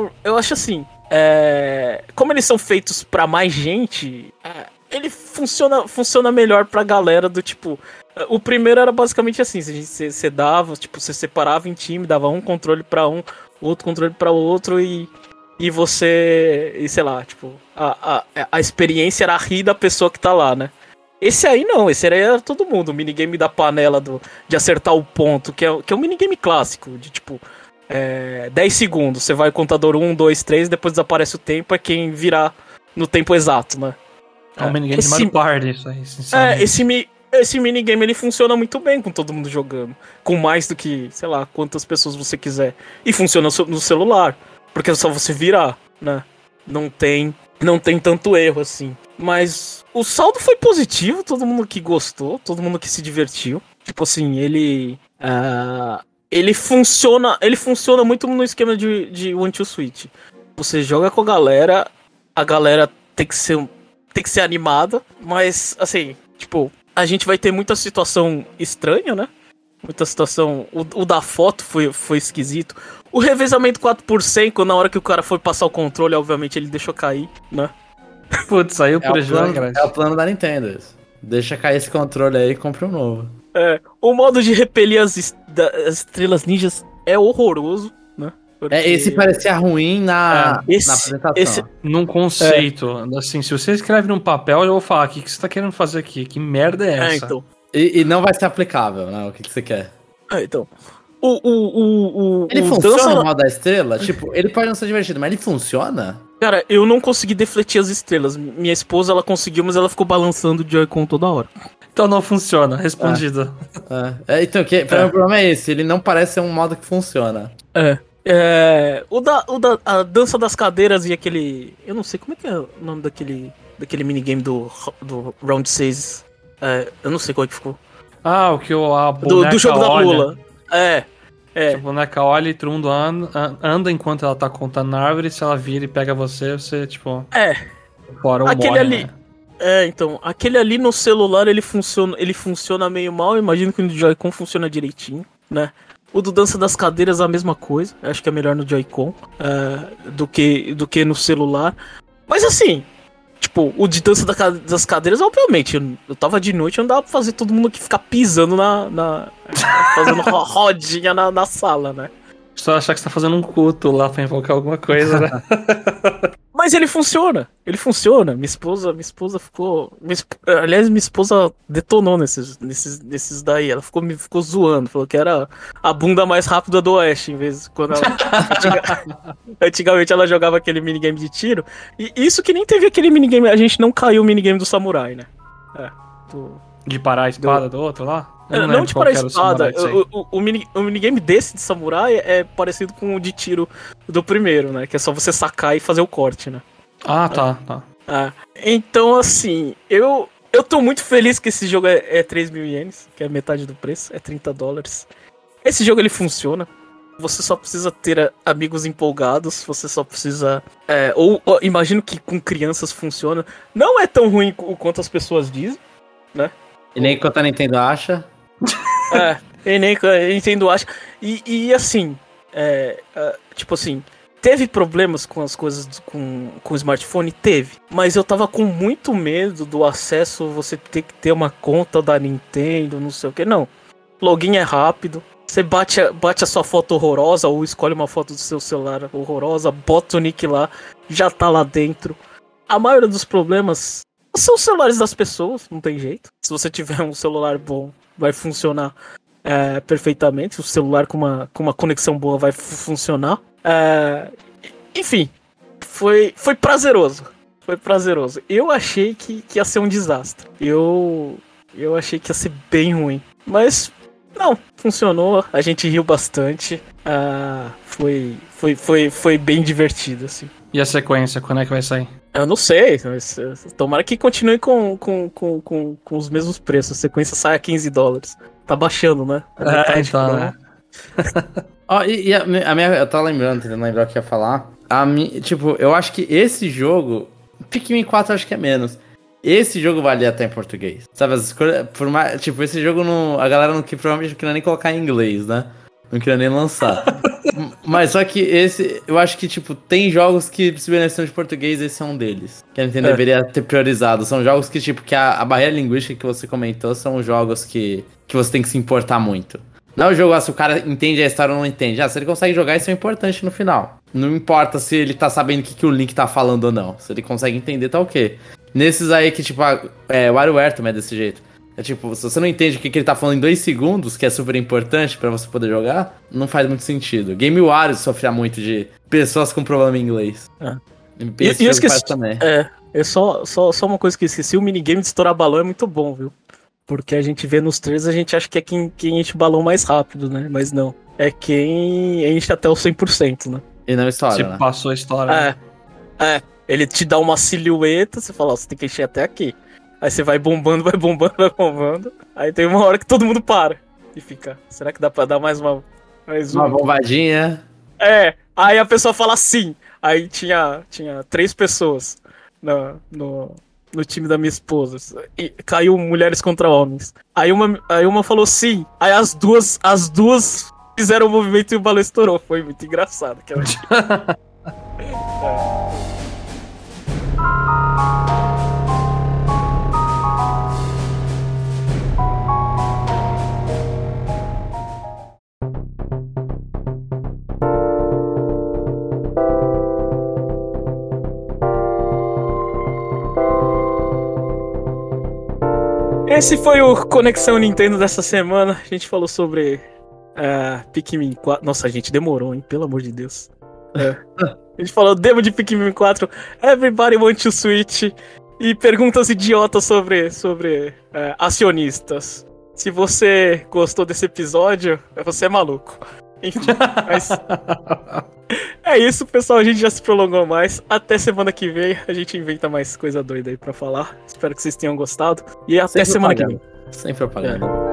como eles são feitos pra mais gente, ele funciona melhor pra galera do tipo... O primeiro era basicamente assim, você dava, tipo, você separava em time, dava um controle pra um, outro controle pra outro e sei lá, tipo, a experiência era rir da pessoa que tá lá, né? Esse aí não, esse aí era todo mundo, o minigame da panela de acertar o ponto, que é um minigame clássico, de tipo, 10 segundos, você vai contador 1, 2, 3, depois desaparece o tempo, é quem virar no tempo exato, né? É um minigame de Mario Party, isso aí, sinceramente. Esse minigame ele funciona muito bem com todo mundo jogando. Com mais do que, sei lá, quantas pessoas você quiser. E funciona no celular. Porque é só você virar, né? Não tem tanto erro assim. Mas o saldo foi positivo, todo mundo que gostou, todo mundo que se divertiu. Tipo assim, ele funciona muito no esquema de One to Switch. Você joga com a galera tem que ser animada, mas assim, tipo, a gente vai ter muita situação estranha, né? Muita situação... O da foto foi esquisito. O revezamento 4%, na hora que o cara foi passar o controle, obviamente ele deixou cair, né? Putz, saiu por jogo, cara. É o plano da Nintendo. Deixa cair esse controle aí e compra um novo. O modo de repelir as estrelas ninjas é horroroso, né? Porque... Esse parecia ruim na apresentação. Num conceito. Assim, se você escreve num papel, eu vou falar, o que você tá querendo fazer aqui? Que merda é essa? Então. E não vai ser aplicável, né? O que você quer. Então. Ele funciona no modo da estrela? Tipo, ele pode não ser divertido, mas ele funciona? Cara, eu não consegui defletir as estrelas. Minha esposa, ela conseguiu, mas ela ficou balançando o Joy-Con toda hora. Então não funciona, respondido. Então, o problema é esse, ele não parece ser um modo que funciona. A dança das cadeiras e aquele... Eu não sei como é que é o nome daquele minigame do Round 6. Eu não sei qual é que ficou. O que a boneca do jogo olha. Da Lula. A boneca olha e todo mundo anda enquanto ela tá contando na árvore. Se ela vira e pega você tipo... Fora o Aquele morre, ali. né? Então, aquele ali no celular ele funciona meio mal. Eu imagino que no Joy-Con funciona direitinho, né? O do Dança das Cadeiras é a mesma coisa. Eu acho que é melhor no Joy-Con do que no celular. Mas assim, tipo, o de Dança das Cadeiras, obviamente, eu tava de noite, não dava pra fazer todo mundo aqui ficar pisando fazendo rodinha na sala, né? Só achar que você tá fazendo um culto lá pra invocar alguma coisa, né? Mas ele funciona. Minha esposa ficou. Aliás, minha esposa detonou nesses daí. Ela ficou zoando. Falou que era a bunda mais rápida do Oeste, em vez de quando ela. Antigamente ela jogava aquele minigame de tiro. E isso que nem teve aquele minigame. A gente não caiu o minigame do samurai, né? De parar a espada do outro lá? Não de parar a espada. O minigame desse de samurai é parecido com o de tiro do primeiro, né? Que é só você sacar e fazer o corte, né? Ah, tá. Então, assim, eu tô muito feliz que esse jogo é 3 mil ienes, que é metade do preço, é $30. Esse jogo, ele funciona. Você só precisa ter amigos empolgados, você só precisa... ou imagino que com crianças funciona. Não é tão ruim quanto as pessoas dizem, né? E nem quanto a Nintendo acha. E nem a Nintendo acha. E assim, tipo assim, teve problemas com as coisas com o smartphone? Teve. Mas eu tava com muito medo do acesso, você ter que ter uma conta da Nintendo, não sei o que. Não. Login é rápido. Você bate a sua foto horrorosa ou escolhe uma foto do seu celular horrorosa, bota o nick lá, já tá lá dentro. A maioria dos problemas são os celulares das pessoas, não tem jeito. Se você tiver um celular bom, vai funcionar perfeitamente. O celular com uma conexão boa vai funcionar. Enfim, foi prazeroso. Foi prazeroso. Eu achei que ia ser um desastre. Eu achei que ia ser bem ruim. Mas não, funcionou. A gente riu bastante. Foi bem divertido, assim. E a sequência, quando é que vai sair? Eu não sei, mas tomara que continue com os mesmos preços. A sequência sai a $15. Tá baixando, né? Então, né? Eu tava tentando lembrar o que ia falar. Tipo, eu acho que esse jogo, Pikmin 4 acho que é menos. Esse jogo valia até em português. Sabe, as escolhas, tipo, esse jogo a galera provavelmente não queria nem colocar em inglês, né? Não queria nem lançar. Mas só que eu acho que, tipo, tem jogos que se beneficiam de português, esse é um deles. Que a Nintendo deveria ter priorizado. São jogos que, tipo, que a barreira linguística que você comentou são jogos que você tem que se importar muito. Não é o jogo, se o cara entende a história ou não entende. Se ele consegue jogar, isso é importante no final. Não importa se ele tá sabendo o que o Link tá falando ou não. Se ele consegue entender, tá ok. Nesses aí que, tipo, o WarioWare também é desse jeito. É tipo, se você não entende o que ele tá falando em 2 segundos, que é super importante pra você poder jogar, não faz muito sentido. Game Wario sofria muito de pessoas com problema em inglês. E eu esqueci também. Só uma coisa que eu esqueci, o minigame de estourar balão é muito bom, viu? Porque a gente vê nos trailers, a gente acha que é quem enche o balão mais rápido, né? Mas não. É quem enche até o 100%, né? E não estoura, né? Passou a história. Ele te dá uma silhueta, você fala, você tem que encher até aqui. Aí você vai bombando. Aí tem uma hora que todo mundo para. E fica, será que dá pra dar mais uma bombadinha? Aí a pessoa fala sim. Aí tinha 3 pessoas no time da minha esposa. E caiu mulheres contra homens. Aí uma falou sim. Aí as duas fizeram o movimento e o balão estourou. Foi muito engraçado. Esse foi o Conexão Nintendo dessa semana. A gente falou sobre Pikmin 4. Nossa, a gente demorou, hein? Pelo amor de Deus. A gente falou demo de Pikmin 4, Everybody Want to Switch e perguntas idiotas sobre acionistas. Se você gostou desse episódio, você é maluco. Enfim, mas... É isso, pessoal. A gente já se prolongou mais. Até semana que vem. A gente inventa mais coisa doida aí pra falar. Espero que vocês tenham gostado. E até semana que vem. Sem propaganda.